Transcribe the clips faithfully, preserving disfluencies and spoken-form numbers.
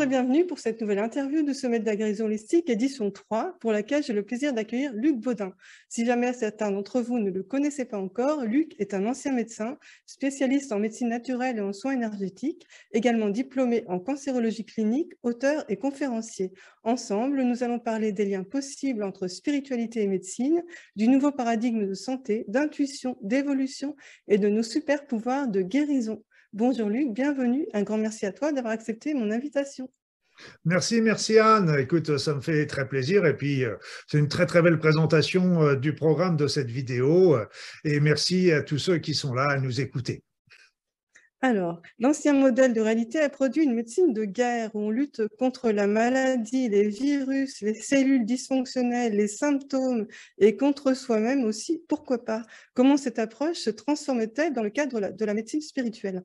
et bienvenue pour cette nouvelle interview de Sommet de la guérison holistique, édition trois, pour laquelle j'ai le plaisir d'accueillir Luc Baudin. Si jamais certains d'entre vous ne le connaissaient pas encore, Luc est un ancien médecin, spécialiste en médecine naturelle et en soins énergétiques, également diplômé en cancérologie clinique, auteur et conférencier. Ensemble, nous allons parler des liens possibles entre spiritualité et médecine, du nouveau paradigme de santé, d'intuition, d'évolution et de nos super pouvoirs de guérison. Bonjour Luc, bienvenue. Un grand merci à toi d'avoir accepté mon invitation. Merci, merci Anne. Écoute, ça me fait très plaisir et puis euh, c'est une très très belle présentation euh, du programme de cette vidéo euh, et merci à tous ceux qui sont là à nous écouter. Alors, l'ancien modèle de réalité a produit une médecine de guerre où on lutte contre la maladie, les virus, les cellules dysfonctionnelles, les symptômes et contre soi-même aussi, pourquoi pas? Comment cette approche se transforme-t-elle dans le cadre de la, de la médecine spirituelle?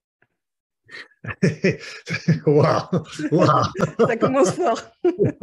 Waouh, waouh. Ça commence fort.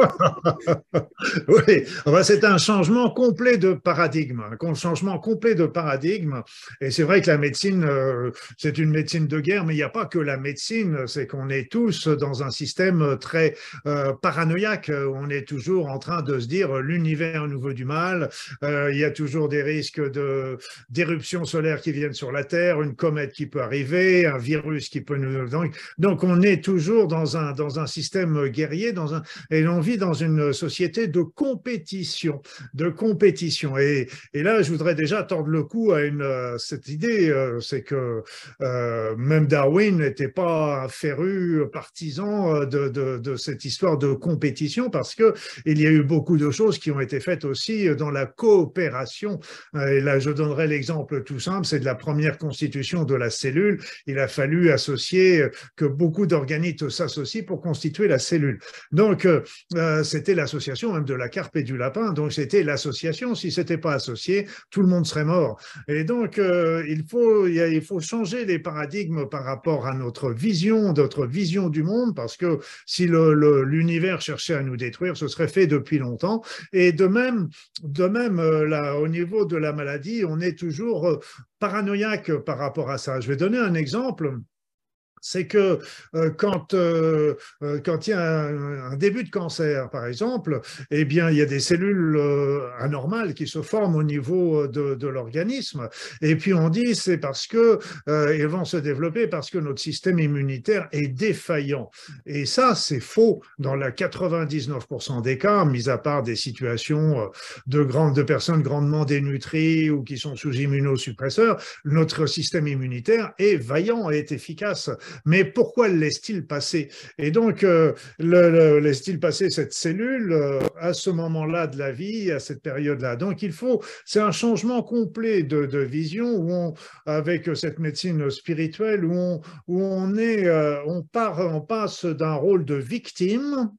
Oui, enfin, c'est un changement complet de paradigme, un changement complet de paradigme. Et c'est vrai que la médecine, euh, c'est une médecine de guerre, mais il n'y a pas que la médecine, c'est qu'on est tous dans un système très euh, paranoïaque. On est toujours en train de se dire l'univers nous veut du mal, euh, il y a toujours des risques de d'éruptions solaires qui viennent sur la Terre, une comète qui peut arriver, un virus qui peut nous... Donc, donc on est toujours dans un, dans un système guerrier, dans un, et on vit dans une société de compétition, de compétition. Et, et là, je voudrais déjà tordre le cou à une, cette idée, c'est que euh, même Darwin n'était pas un féru partisan de, de, de cette histoire de compétition, parce que il y a eu beaucoup de choses qui ont été faites aussi dans la coopération. Et là, je donnerai l'exemple tout simple, c'est de la première constitution de la cellule. Il a fallu associer que beaucoup d'organites s'associent pour constituer la cellule. Donc, euh, c'était l'association même de la carpe et du lapin, donc c'était l'association. Si ce n'était pas associé, tout le monde serait mort. Et donc, euh, il, faut, il faut changer les paradigmes par rapport à notre vision, notre vision du monde, parce que si l'univers cherchait à nous détruire, ce serait fait depuis longtemps. Et de même, de même là, au niveau de la maladie, on est toujours paranoïaque par rapport à ça. Je vais donner un exemple. C'est que euh, quand, euh, quand il y a un, un début de cancer, par exemple, eh bien, il y a des cellules euh, anormales qui se forment au niveau de, de l'organisme. Et puis, on dit c'est parce que euh, ils vont se développer parce que notre système immunitaire est défaillant. Et ça, c'est faux dans la quatre-vingt-dix-neuf pour cent des cas, mis à part des situations de, grandes, de personnes grandement dénutries ou qui sont sous immunosuppresseurs. Notre système immunitaire est vaillant et est efficace. Mais pourquoi laisse-t-il passer? Et donc, euh, le, le, laisse-t-il passer cette cellule euh, à ce moment-là de la vie, à cette période-là? Donc, il faut, c'est un changement complet de, de vision où on, avec cette médecine spirituelle, où on, où on est, euh, on part, on passe d'un rôle de victime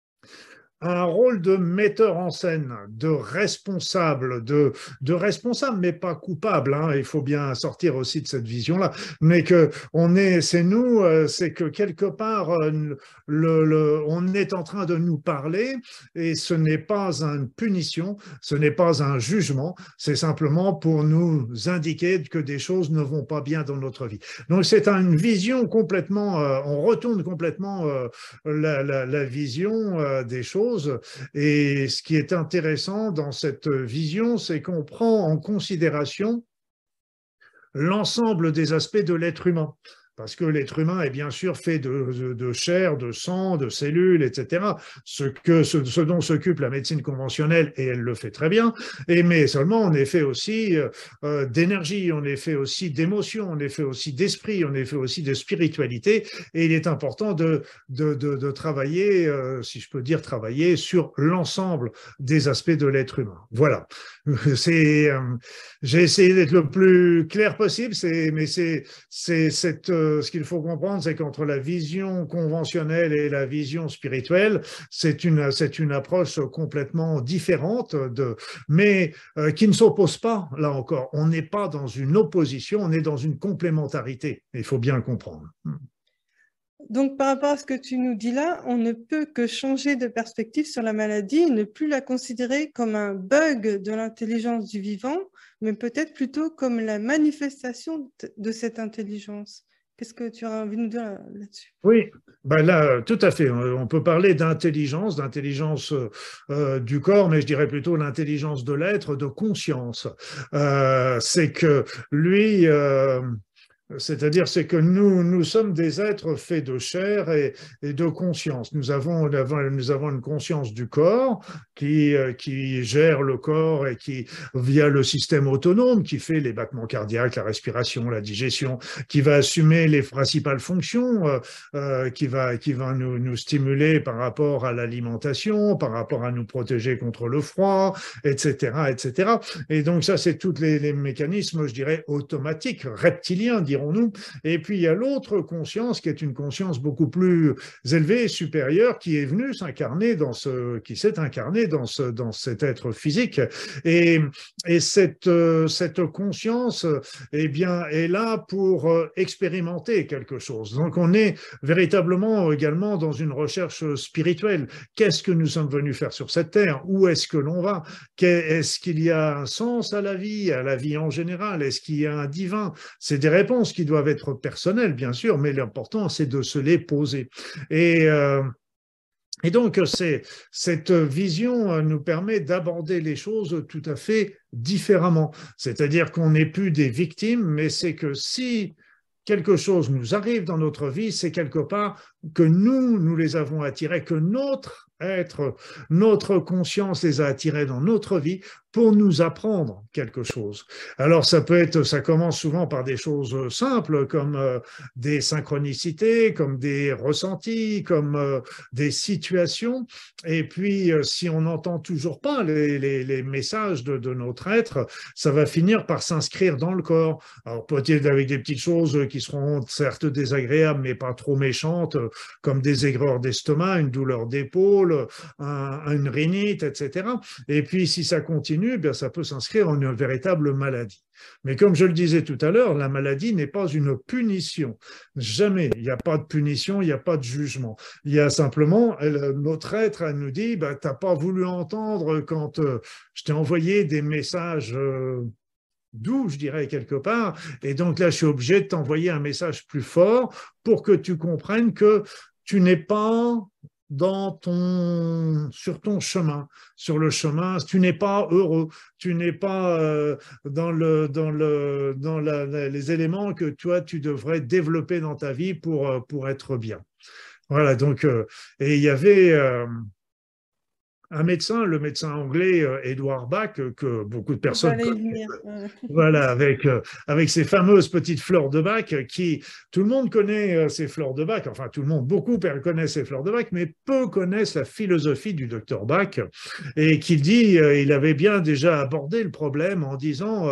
un rôle de metteur en scène, de responsable, de, de responsable, mais pas coupable. Hein. Il faut bien sortir aussi de cette vision-là. Mais que on est, c'est nous, c'est que quelque part, le, le, on est en train de nous parler et ce n'est pas une punition, ce n'est pas un jugement, c'est simplement pour nous indiquer que des choses ne vont pas bien dans notre vie. Donc c'est une vision complètement, on retourne complètement la, la, la vision des choses. Et ce qui est intéressant dans cette vision, c'est qu'on prend en considération l'ensemble des aspects de l'être humain. Parce que l'être humain est bien sûr fait de, de, de chair, de sang, de cellules, et cetera. Ce, que, ce, ce dont s'occupe la médecine conventionnelle, et elle le fait très bien, et, mais seulement on est fait aussi euh, d'énergie, on est fait aussi d'émotion, on est fait aussi d'esprit, on est fait aussi de spiritualité, et il est important de, de, de, de travailler, euh, si je peux dire travailler, sur l'ensemble des aspects de l'être humain. Voilà. C'est, euh, j'ai essayé d'être le plus clair possible, mais c'est cette... Euh, ce qu'il faut comprendre, c'est qu'entre la vision conventionnelle et la vision spirituelle, c'est une, c'est une approche complètement différente, de, mais euh, qui ne s'oppose pas, là encore. On n'est pas dans une opposition, on est dans une complémentarité. Il faut bien le comprendre. Donc, par rapport à ce que tu nous dis là, on ne peut que changer de perspective sur la maladie et ne plus la considérer comme un bug de l'intelligence du vivant, mais peut-être plutôt comme la manifestation de cette intelligence. Qu'est-ce que tu as envie de nous dire là-dessus? Oui, ben là, tout à fait. On peut parler d'intelligence, d'intelligence euh, du corps, mais je dirais plutôt l'intelligence de l'être, de conscience. Euh, c'est que lui, euh, c'est-à-dire, c'est que nous, nous sommes des êtres faits de chair et, et de conscience. Nous avons, nous avons une conscience du corps qui, qui gère le corps et qui, via le système autonome, qui fait les battements cardiaques, la respiration, la digestion, qui va assumer les principales fonctions, euh, qui va, qui va nous, nous stimuler par rapport à l'alimentation, par rapport à nous protéger contre le froid, et cetera, et cetera. Et donc, ça, c'est tous les, les mécanismes, je dirais, automatiques, reptiliens, dirons nous. Et puis il y a l'autre conscience qui est une conscience beaucoup plus élevée, supérieure, qui est venue s'incarner dans ce, qui s'est incarnée dans ce, dans cet être physique. Et, et cette, cette conscience, eh bien, est là pour expérimenter quelque chose. Donc on est véritablement également dans une recherche spirituelle. Qu'est-ce que nous sommes venus faire sur cette terre? Où est-ce que l'on va? Est-ce qu'il y a un sens à la vie, à la vie en général? Est-ce qu'il y a un divin? C'est des réponses qui doivent être personnelles, bien sûr, mais l'important, c'est de se les poser. Et, euh, et donc, c'est, cette vision nous permet d'aborder les choses tout à fait différemment. C'est-à-dire qu'on n'est plus des victimes, mais c'est que si quelque chose nous arrive dans notre vie, c'est quelque part que nous, nous les avons attirés, que notre être, notre conscience les a attirés dans notre vie pour nous apprendre quelque chose. Alors ça peut être, ça commence souvent par des choses simples comme euh, des synchronicités, comme des ressentis, comme euh, des situations. Et puis euh, si on n'entend toujours pas les, les, les messages de, de notre être, ça va finir par s'inscrire dans le corps. Alors peut-être avec des petites choses qui seront certes désagréables, mais pas trop méchantes, comme des aigreurs d'estomac, une douleur d'épaule, un, une rhinite, et cetera. Et puis si ça continue, bien, ça peut s'inscrire en une véritable maladie. Mais comme je le disais tout à l'heure, la maladie n'est pas une punition. Jamais. Il n'y a pas de punition, il n'y a pas de jugement. Il y a simplement, elle, notre être, elle nous dit, bah, tu n'as pas voulu entendre quand euh, je t'ai envoyé des messages euh, doux, je dirais, quelque part. Et donc là, je suis obligé de t'envoyer un message plus fort pour que tu comprennes que tu n'es pas dans ton, sur ton chemin, sur le chemin, tu n'es pas heureux, tu n'es pas euh, dans, le, dans, le, dans la, les éléments que toi, tu devrais développer dans ta vie pour, pour être bien. Voilà, donc, euh, et il y avait euh, un médecin, le médecin anglais Edward Bach, que beaucoup de personnes connaissent, voilà, avec, avec ces fameuses petites fleurs de Bach, qui, tout le monde connaît ces fleurs de Bach, enfin tout le monde, beaucoup connaissent ces fleurs de Bach, mais peu connaissent la philosophie du docteur Bach, et qui dit, il avait bien déjà abordé le problème en disant...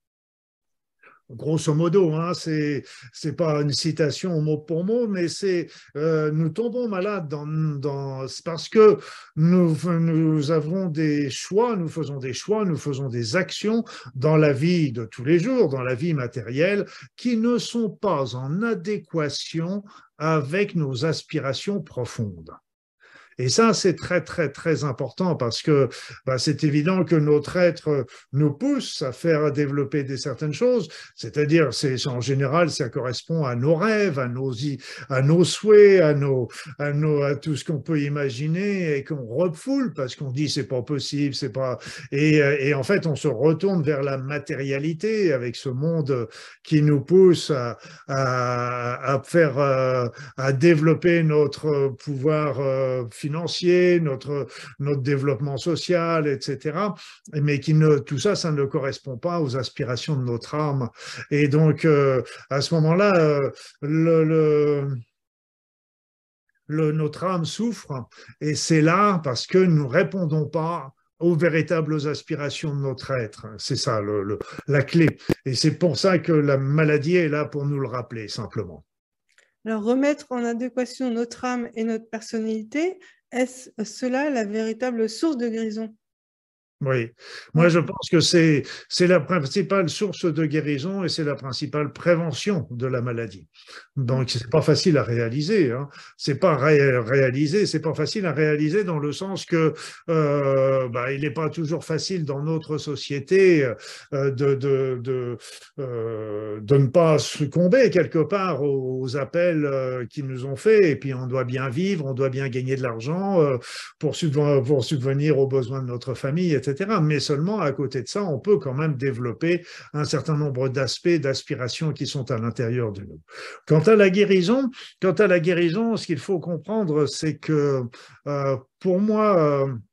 grosso modo, hein, c'est c'est pas une citation mot pour mot, mais c'est euh, nous tombons malades dans, dans parce que nous nous avons des choix, nous faisons des choix, nous faisons des actions dans la vie de tous les jours, dans la vie matérielle, qui ne sont pas en adéquation avec nos aspirations profondes. Et ça, c'est très, très, très important parce que bah, c'est évident que notre être nous pousse à faire développer des certaines choses. C'est-à-dire, c'est, en général, ça correspond à nos rêves, à nos, à nos souhaits, à, nos, à, nos, à tout ce qu'on peut imaginer et qu'on refoule parce qu'on dit c'est pas possible, c'est pas. Et, et en fait, on se retourne vers la matérialité avec ce monde qui nous pousse à, à, à faire, à développer notre pouvoir financier, notre, notre développement social, et cetera. Mais qui ne, tout ça, ça ne correspond pas aux aspirations de notre âme. Et donc, euh, à ce moment-là, euh, le, le, le, notre âme souffre. Et c'est là parce que nous ne répondons pas aux véritables aspirations de notre être. C'est ça le, le, la clé. Et c'est pour ça que la maladie est là pour nous le rappeler, simplement. Alors, remettre en adéquation notre âme et notre personnalité, est-ce cela la véritable source de guérison? Oui, moi Ouais. je pense que c'est c'est la principale source de guérison et c'est la principale prévention de la maladie. Mm. Donc c'est pas facile à réaliser, hein. C'est pas ré réalisé, c'est pas facile à réaliser dans le sens que euh, bah, il n'est pas toujours facile dans notre société euh, de de de, euh, de ne pas succomber quelque part aux, aux appels euh, qu'ils nous ont faits. Et puis on doit bien vivre, on doit bien gagner de l'argent euh, pour, subven pour subvenir aux besoins de notre famille, et cetera. Mais seulement à côté de ça, on peut quand même développer un certain nombre d'aspects, d'aspirations qui sont à l'intérieur de nous. Quant à la guérison, quant à la guérison, ce qu'il faut comprendre, c'est que euh, pour moi, euh,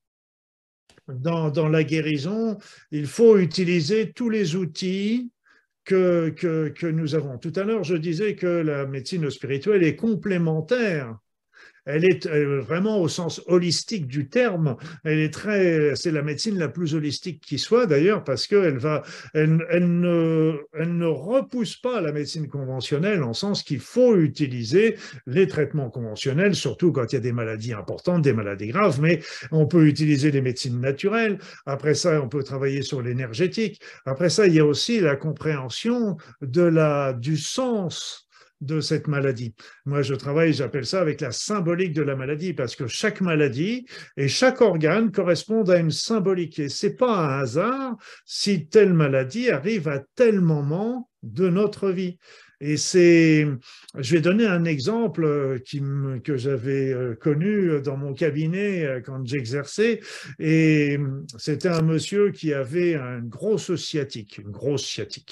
dans, dans la guérison, il faut utiliser tous les outils que, que, que nous avons. Tout à l'heure, je disais que la médecine spirituelle est complémentaire. Elle est vraiment au sens holistique du terme. Elle est très, c'est la médecine la plus holistique qui soit d'ailleurs parce qu'elle va, elle, elle ne, elle ne repousse pas la médecine conventionnelle en sens qu'il faut utiliser les traitements conventionnels, surtout quand il y a des maladies importantes, des maladies graves. Mais on peut utiliser les médecines naturelles. Après ça, on peut travailler sur l'énergétique. Après ça, il y a aussi la compréhension de la, du sens de cette maladie. Moi, je travaille, j'appelle ça avec la symbolique de la maladie, parce que chaque maladie et chaque organe correspondent à une symbolique. Et c'est pas un hasard si telle maladie arrive à tel moment de notre vie. Et c'est, je vais donner un exemple qui me, que j'avais connu dans mon cabinet quand j'exerçais. Et c'était un monsieur qui avait une grosse sciatique, une grosse sciatique.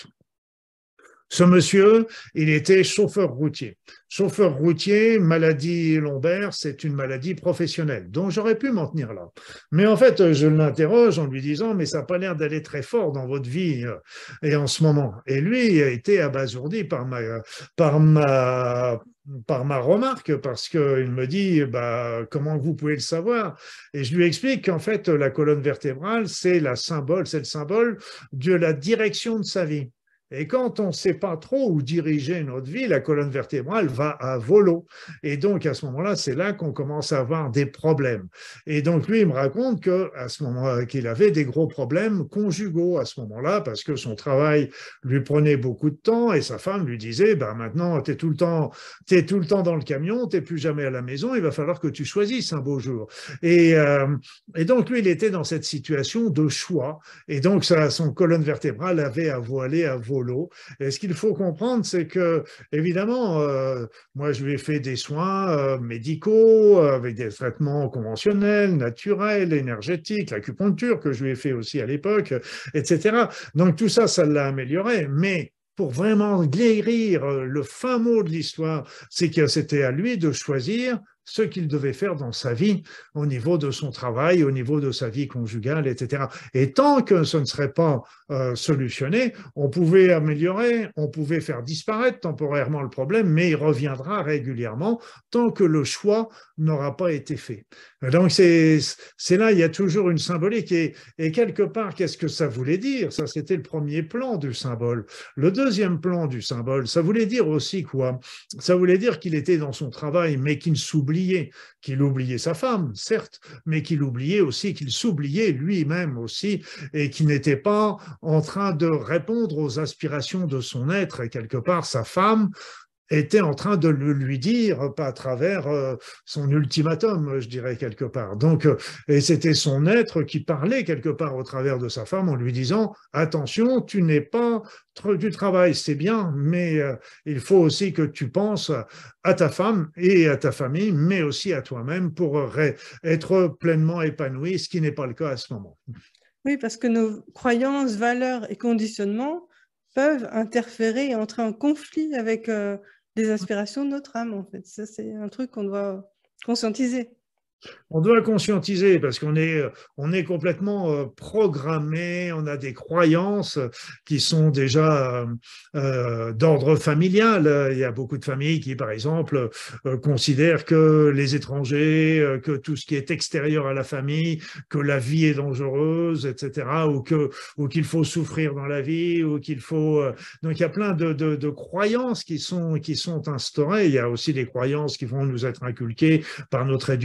Ce monsieur, il était chauffeur routier. Chauffeur routier, maladie lombaire, c'est une maladie professionnelle. Donc, j'aurais pu m'en tenir là. Mais en fait, je l'interroge en lui disant, mais ça n'a pas l'air d'aller très fort dans votre vie et en ce moment. Et lui a été abasourdi par ma, par ma, par ma remarque parce qu'il me dit, bah, comment vous pouvez le savoir? Et je lui explique qu'en fait, la colonne vertébrale, c'est la symbole, c'est le symbole de la direction de sa vie. Et quand on ne sait pas trop où diriger notre vie, la colonne vertébrale va à volo. Et donc, à ce moment-là, c'est là qu'on commence à avoir des problèmes. Et donc, lui, il me raconte qu'à ce moment-là, qu'il avait des gros problèmes conjugaux à ce moment-là, parce que son travail lui prenait beaucoup de temps et sa femme lui disait, bah, maintenant, tu es tout le temps, t'es tout le temps dans le camion, tu n'es plus jamais à la maison, il va falloir que tu choisisses un beau jour. Et, euh, et donc, lui, il était dans cette situation de choix. Et donc, ça, son colonne vertébrale avait à voiler à volo. Et ce qu'il faut comprendre, c'est que, évidemment, euh, moi, je lui ai fait des soins euh, médicaux, euh, avec des traitements conventionnels, naturels, énergétiques, l'acupuncture que je lui ai fait aussi à l'époque, et cetera. Donc, tout ça, ça l'a amélioré. Mais pour vraiment guérir, le fin mot de l'histoire, c'est que c'était à lui de choisir ce qu'il devait faire dans sa vie, au niveau de son travail, au niveau de sa vie conjugale, et cetera. Et tant que ce ne serait pas euh, solutionné, on pouvait améliorer, on pouvait faire disparaître temporairement le problème, mais il reviendra régulièrement tant que le choix n'aura pas été fait. Donc c'est là, il y a toujours une symbolique. Et, et quelque part, qu'est-ce que ça voulait dire? Ça, c'était le premier plan du symbole. Le deuxième plan du symbole, ça voulait dire aussi quoi? Ça voulait dire qu'il était dans son travail, mais qu'il s'oubliait, qu'il oubliait sa femme, certes, mais qu'il oubliait aussi, qu'il s'oubliait lui-même aussi, et qu'il n'était pas en train de répondre aux aspirations de son être. Et quelque part, sa femme était en train de le lui dire, pas à travers euh, son ultimatum, je dirais quelque part. Donc, euh, et c'était son être qui parlait quelque part au travers de sa femme en lui disant « Attention, tu n'es pas du travail, c'est bien, mais euh, il faut aussi que tu penses à ta femme et à ta famille, mais aussi à toi-même pour être pleinement épanoui, ce qui n'est pas le cas à ce moment. » Oui, parce que nos croyances, valeurs et conditionnements peuvent interférer et entrer en conflit avec euh, les aspirations de notre âme, en fait. Ça, c'est un truc qu'on doit conscientiser. On doit conscientiser parce qu'on est, on est complètement programmé, on a des croyances qui sont déjà euh, d'ordre familial. Il y a beaucoup de familles qui, par exemple, euh, considèrent que les étrangers, que tout ce qui est extérieur à la famille, que la vie est dangereuse, et cetera, ou que, ou qu'il faut souffrir dans la vie, ou qu'il faut. Donc il y a plein de, de, de croyances qui sont, qui sont instaurées. Il y a aussi des croyances qui vont nous être inculquées par notre éducation.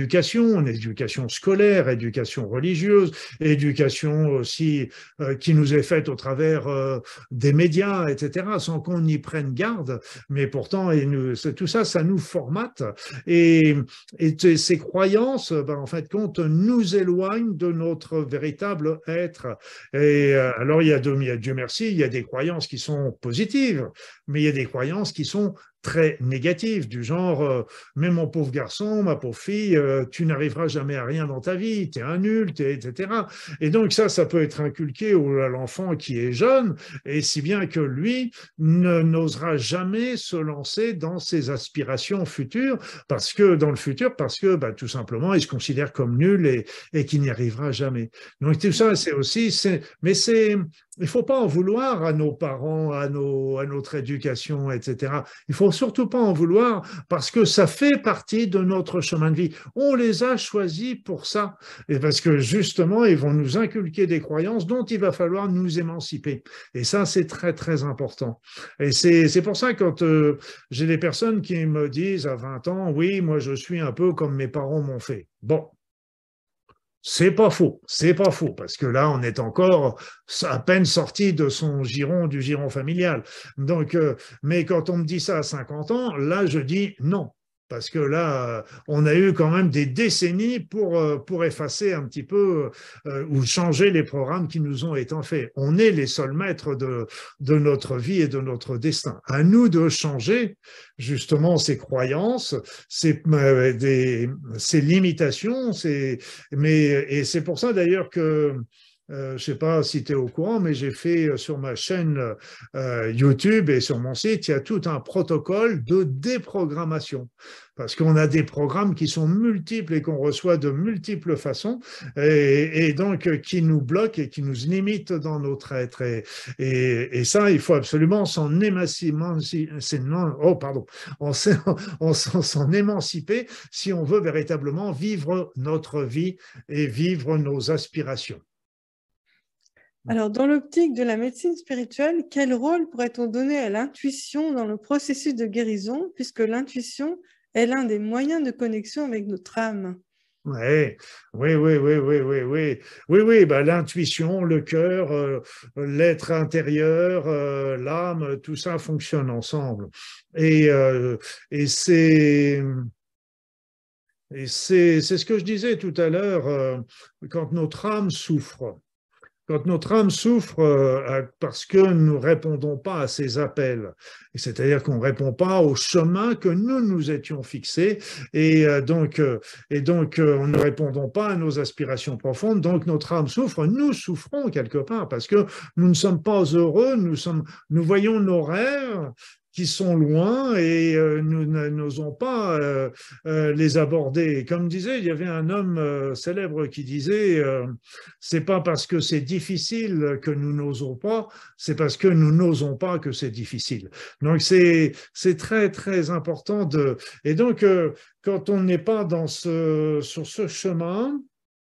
éducation, éducation scolaire, éducation religieuse, éducation aussi euh, qui nous est faite au travers euh, des médias, et cetera, sans qu'on y prenne garde, mais pourtant, et nous, tout ça, ça nous formate, et, et ces croyances, ben, en fait, compte, nous éloignent de notre véritable être. Et euh, alors, il y a, de, il y a, Dieu merci, il y a des croyances qui sont positives, mais il y a des croyances qui sont très négatives, du genre euh, « mais mon pauvre garçon, ma pauvre fille, euh, tu n'arriveras jamais à rien dans ta vie, tu es un nul, et cetera » Et donc ça, ça peut être inculqué à l'enfant qui est jeune, et si bien que lui ne, n'osera jamais se lancer dans ses aspirations futures, parce que dans le futur, parce que bah, tout simplement, il se considère comme nul et, et qu'il n'y arrivera jamais. Donc tout ça, c'est aussi, c'est, mais c'est, il ne faut pas en vouloir à nos parents, à, nos, à notre éducation, et cetera. Il ne faut surtout pas en vouloir parce que ça fait partie de notre chemin de vie. On les a choisis pour ça. Et parce que justement, ils vont nous inculquer des croyances dont il va falloir nous émanciper. Et ça, c'est très, très important. Et c'est, c'est pour ça que quand euh, j'ai des personnes qui me disent à vingt ans, oui, moi, je suis un peu comme mes parents m'ont fait. Bon. C'est pas faux, c'est pas faux, parce que là, on est encore à peine sorti de son giron, du giron familial. Donc, euh, mais quand on me dit ça à cinquante ans, là, je dis non. Parce que là, on a eu quand même des décennies pour, pour effacer un petit peu euh, ou changer les programmes qui nous ont été faits. On est les seuls maîtres de, de notre vie et de notre destin. À nous de changer justement ces croyances, ces, euh, des, ces limitations. Ces, mais, et c'est pour ça d'ailleurs que Euh, je ne sais pas si tu es au courant, mais j'ai fait sur ma chaîne euh, YouTube et sur mon site, il y a tout un protocole de déprogrammation. Parce qu'on a des programmes qui sont multiples et qu'on reçoit de multiples façons, et, et donc qui nous bloquent et qui nous limitent dans notre être. Et, et, et ça, il faut absolument s'en émanciper, oh, pardon, on s'en émanciper si on veut véritablement vivre notre vie et vivre nos aspirations. Alors, dans l'optique de la médecine spirituelle, quel rôle pourrait-on donner à l'intuition dans le processus de guérison, puisque l'intuition est l'un des moyens de connexion avec notre âme? Ouais, oui, oui, oui, oui, oui, oui, oui, oui, bah, l'intuition, le cœur, euh, l'être intérieur, euh, l'âme, tout ça fonctionne ensemble. Et, euh, et c'est... Et c'est ce que je disais tout à l'heure, euh, quand notre âme souffre. Quand notre âme souffre euh, parce que nous ne répondons pas à ses appels, c'est-à-dire qu'on ne répond pas au chemin que nous nous étions fixés, et euh, donc, euh, et donc euh, ne répondons pas à nos aspirations profondes, donc notre âme souffre, nous souffrons quelque part, parce que nous ne sommes pas heureux, nous, sommes, nous voyons nos rêves qui sont loin et euh, nous n'osons pas euh, euh, les aborder. Comme disait, il y avait un homme euh, célèbre qui disait euh, c'est pas parce que c'est difficile que nous n'osons pas, c'est parce que nous n'osons pas que c'est difficile. Donc c'est c'est très très important de et donc euh, quand on n'est pas dans ce sur ce chemin,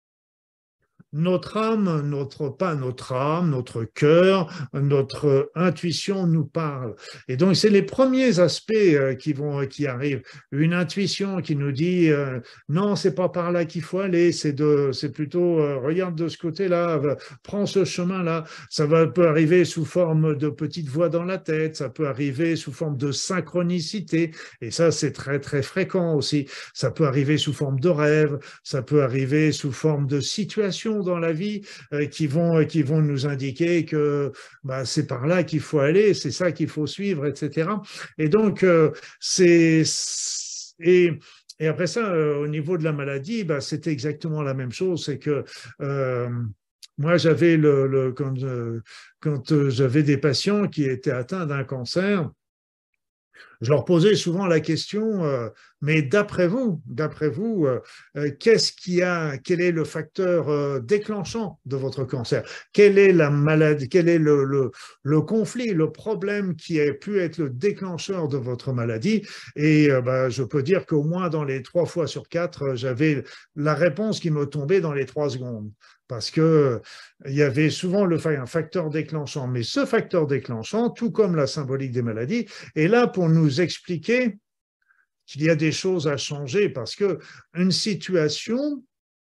notre âme, notre, pas notre âme, notre cœur, notre intuition nous parle. Et donc, c'est les premiers aspects qui vont, qui arrivent. Une intuition qui nous dit euh, non, c'est pas par là qu'il faut aller, c'est de, c'est plutôt euh, regarde de ce côté-là, prends ce chemin-là. Ça va, peut arriver sous forme de petites voix dans la tête, ça peut arriver sous forme de synchronicité. Et ça, c'est très, très fréquent aussi. Ça peut arriver sous forme de rêve, ça peut arriver sous forme de situation dans la vie euh, qui vont qui vont nous indiquer que bah, c'est par là qu'il faut aller, c'est ça qu'il faut suivre, et cetera. Et donc euh, c'est et et après ça, euh, au niveau de la maladie, bah, c'était exactement la même chose, c'est que euh, moi, j'avais le, le quand, euh, quand euh, j'avais des patients qui étaient atteints d'un cancer. Je leur posais souvent la question, euh, mais d'après vous, d'après vous, euh, qu'est-ce qui a, quel est le facteur euh, déclenchant de votre cancer? Quelle est la maladie, quel est le, le, le conflit, le problème qui a pu être le déclencheur de votre maladie? Et euh, bah, je peux dire qu'au moins dans les trois fois sur quatre, j'avais la réponse qui me tombait dans les trois secondes. Parce qu'il y avait souvent le, un facteur déclenchant. Mais ce facteur déclenchant, tout comme la symbolique des maladies, est là pour nous expliquer qu'il y a des choses à changer parce que une situation,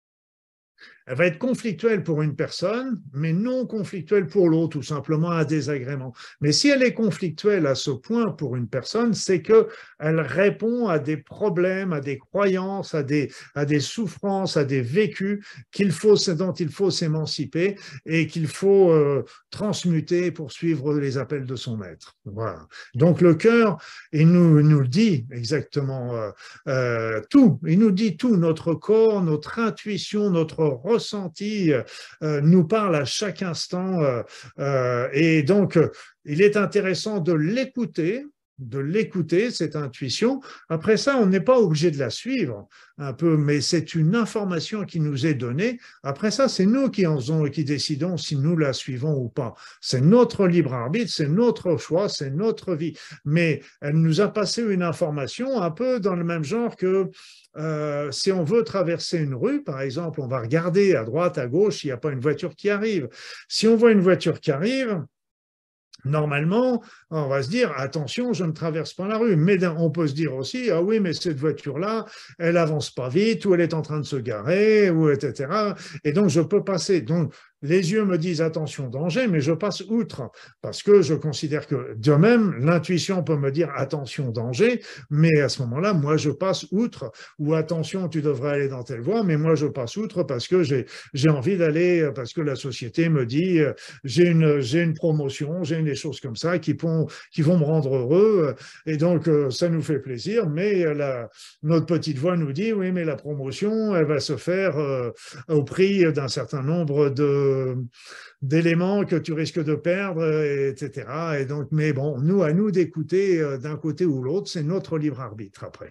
elle va être conflictuelle pour une personne, mais non conflictuelle pour l'autre, ou simplement un désagrément. Mais si elle est conflictuelle à ce point pour une personne, c'est qu'elle répond à des problèmes, à des croyances, à des, à des souffrances, à des vécus qu'il faut, dont il faut s'émanciper et qu'il faut euh, transmuter pour suivre les appels de son maître. Voilà. Donc le cœur, il nous, nous dit exactement euh, euh, tout. Il nous dit tout. Notre corps, notre intuition, notre ressenti euh, nous parle à chaque instant euh, euh, et donc il est intéressant de l'écouter, de l'écouter, cette intuition. Après ça, on n'est pas obligé de la suivre un peu, mais c'est une information qui nous est donnée. Après ça, c'est nous qui en faisons, qui décidons si nous la suivons ou pas. C'est notre libre arbitre, c'est notre choix, c'est notre vie. Mais elle nous a passé une information un peu dans le même genre que Euh, si on veut traverser une rue, par exemple, on va regarder à droite, à gauche, s'il n'y a pas une voiture qui arrive. Si on voit une voiture qui arrive, normalement, on va se dire, attention, je ne traverse pas la rue. Mais on peut se dire aussi, ah oui, mais cette voiture-là, elle avance pas vite, ou elle est en train de se garer, ou et cetera. Et donc, je peux passer. Donc, les yeux me disent attention, danger, mais je passe outre parce que je considère que de même, l'intuition peut me dire attention, danger, mais à ce moment-là, moi, je passe outre ou attention, tu devrais aller dans telle voie, mais moi, je passe outre parce que j'ai, j'ai envie d'aller, parce que la société me dit j'ai une, j'ai une promotion, j'ai des choses comme ça qui vont, qui vont me rendre heureux et donc ça nous fait plaisir, mais la, notre petite voix nous dit oui, mais la promotion, elle va se faire euh, au prix d'un certain nombre de d'éléments que tu risques de perdre, et cetera. Et donc, mais bon, nous, à nous d'écouter d'un côté ou l'autre, c'est notre libre arbitre après.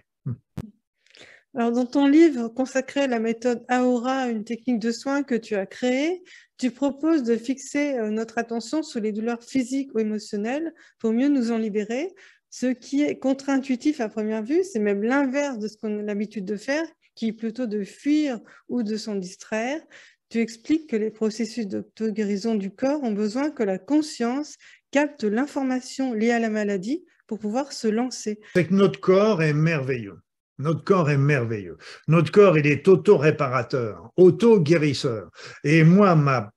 Alors, dans ton livre consacré à la méthode Ahura, une technique de soins que tu as créée, tu proposes de fixer notre attention sur les douleurs physiques ou émotionnelles pour mieux nous en libérer. Ce qui est contre-intuitif à première vue, c'est même l'inverse de ce qu'on a l'habitude de faire, qui est plutôt de fuir ou de s'en distraire. Tu expliques que les processus d'auto-guérison du corps ont besoin que la conscience capte l'information liée à la maladie pour pouvoir se lancer. C'est que notre corps est merveilleux. Notre corps est merveilleux. Notre corps, il est auto-réparateur, auto-guérisseur. Et moi, ma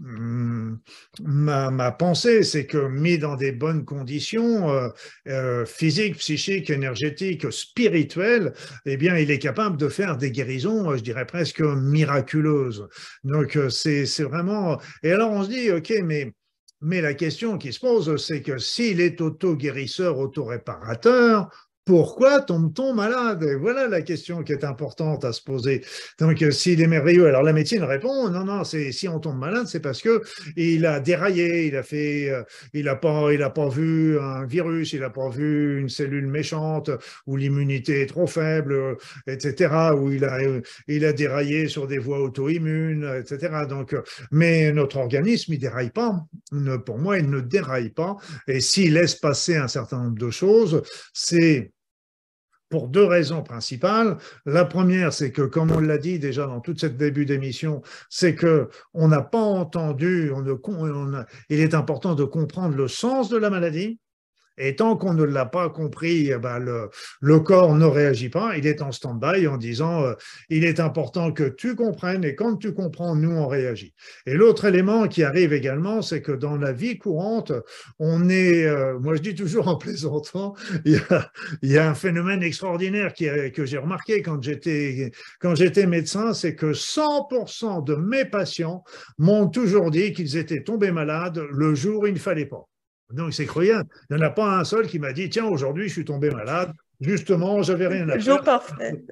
Ma, ma pensée, c'est que mis dans des bonnes conditions euh, euh, physiques, psychiques, énergétiques, spirituelles, eh bien, il est capable de faire des guérisons, je dirais presque miraculeuses. Donc, c'est, c'est vraiment... Et alors, on se dit, OK, mais, mais la question qui se pose, c'est que s'il est auto-guérisseur, auto-réparateur, pourquoi tombe-t-on malade? Et voilà la question qui est importante à se poser. Donc, s'il est merveilleux, alors la médecine répond, non, non, c'est si on tombe malade, c'est parce que il a déraillé, il a fait, euh, il a pas, il a pas vu un virus, il a pas vu une cellule méchante, ou l'immunité est trop faible, euh, et cetera, ou il a, euh, il a déraillé sur des voies auto-immunes, et cetera. Donc, euh, mais notre organisme, il déraille pas. Ne, pour moi, il ne déraille pas. Et s'il laisse passer un certain nombre de choses, c'est pour deux raisons principales. La première, c'est que, comme on l'a dit déjà dans tout ce début d'émission, c'est qu'on n'a pas entendu, on ne, on a, il est important de comprendre le sens de la maladie. Et tant qu'on ne l'a pas compris, eh ben le, le corps ne réagit pas. Il est en stand-by en disant euh, il est important que tu comprennes et quand tu comprends, nous, on réagit. Et l'autre élément qui arrive également, c'est que dans la vie courante, on est, euh, moi je dis toujours en plaisantant, il y a, il y a un phénomène extraordinaire qui a, que j'ai remarqué quand j'étais, quand j'étais médecin, c'est que cent pour cent de mes patients m'ont toujours dit qu'ils étaient tombés malades le jour où il ne fallait pas. Donc, c'est croyant. Il n'y en a pas un seul qui m'a dit, tiens, aujourd'hui, je suis tombé malade. Justement, j'avais rien à faire. Jour parfait.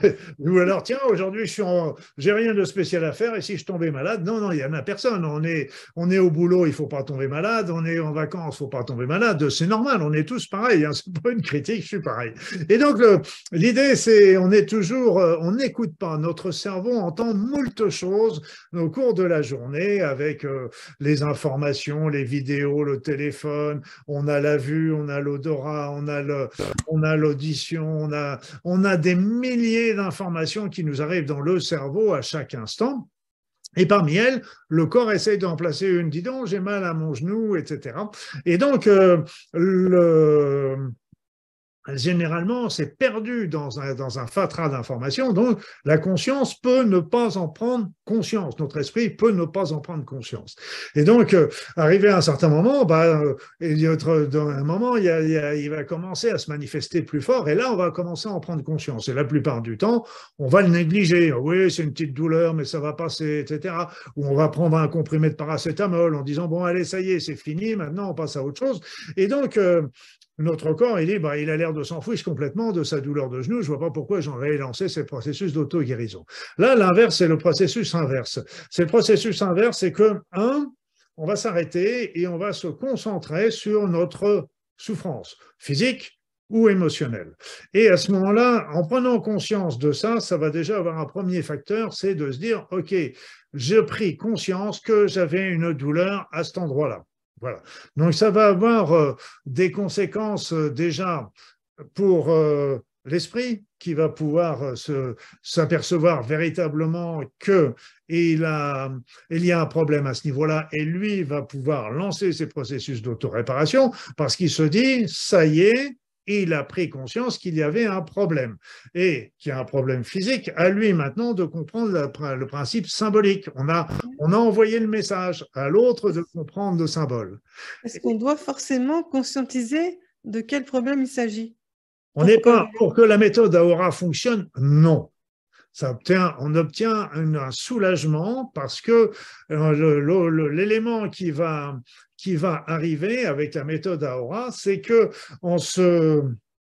Ou alors, tiens, aujourd'hui, je suis en... j'ai rien de spécial à faire et si je tombais malade, non, non, il n'y en a personne. On est, on est au boulot, il ne faut pas tomber malade. On est en vacances, il ne faut pas tomber malade. C'est normal, on est tous pareils. Hein. Ce n'est pas une critique, je suis pareil. Et donc, l'idée, c'est, on est toujours, on n'écoute pas. Notre cerveau entend moult choses au cours de la journée avec euh, les informations, les vidéos, le téléphone. On a la vue, on a l'odorat, on a le, on a le on a, on a des milliers d'informations qui nous arrivent dans le cerveau à chaque instant. Et parmi elles, le corps essaye d'en placer une. Dis donc, j'ai mal à mon genou, et cetera. Et donc, euh, le... généralement, c'est perdu dans un, dans un fatras d'informations, donc la conscience peut ne pas en prendre conscience, notre esprit peut ne pas en prendre conscience. Et donc, euh, arrivé à un certain moment, bah, euh, il, y a autre, dans un moment il, y a, il, y a, il va commencer à se manifester plus fort, et là, on va commencer à en prendre conscience. Et la plupart du temps, on va le négliger. Oui, c'est une petite douleur, mais ça va passer, et cetera. Ou on va prendre un comprimé de paracétamol en disant, bon, allez, ça y est, c'est fini, maintenant on passe à autre chose. Et donc, euh, notre corps, il dit, bah, il a l'air de s'en fiche complètement de sa douleur de genou. Je ne vois pas pourquoi j'en vais lancer ces processus d'auto-guérison. Là, l'inverse, c'est le processus inverse. C'est le processus inverse, c'est que, un, on va s'arrêter et on va se concentrer sur notre souffrance physique ou émotionnelle. Et à ce moment-là, en prenant conscience de ça, ça va déjà avoir un premier facteur, c'est de se dire, OK, j'ai pris conscience que j'avais une douleur à cet endroit-là. Voilà. Donc, ça va avoir euh, des conséquences euh, déjà pour euh, l'esprit qui va pouvoir euh, se, s'apercevoir véritablement qu'il a, il y a un problème à ce niveau-là et lui va pouvoir lancer ses processus d'autoréparation parce qu'il se dit, ça y est, il a pris conscience qu'il y avait un problème et qu'il y a un problème physique, à lui maintenant de comprendre le, le principe symbolique. On a, on a envoyé le message à l'autre de comprendre le symbole. Est-ce qu'on doit forcément conscientiser de quel problème il s'agit? On n'est pas, pour que la méthode Aora fonctionne, non. Ça obtient, on obtient un, un soulagement parce que euh, l'élément qui va, qui va arriver avec la méthode Aora, c'est que en se,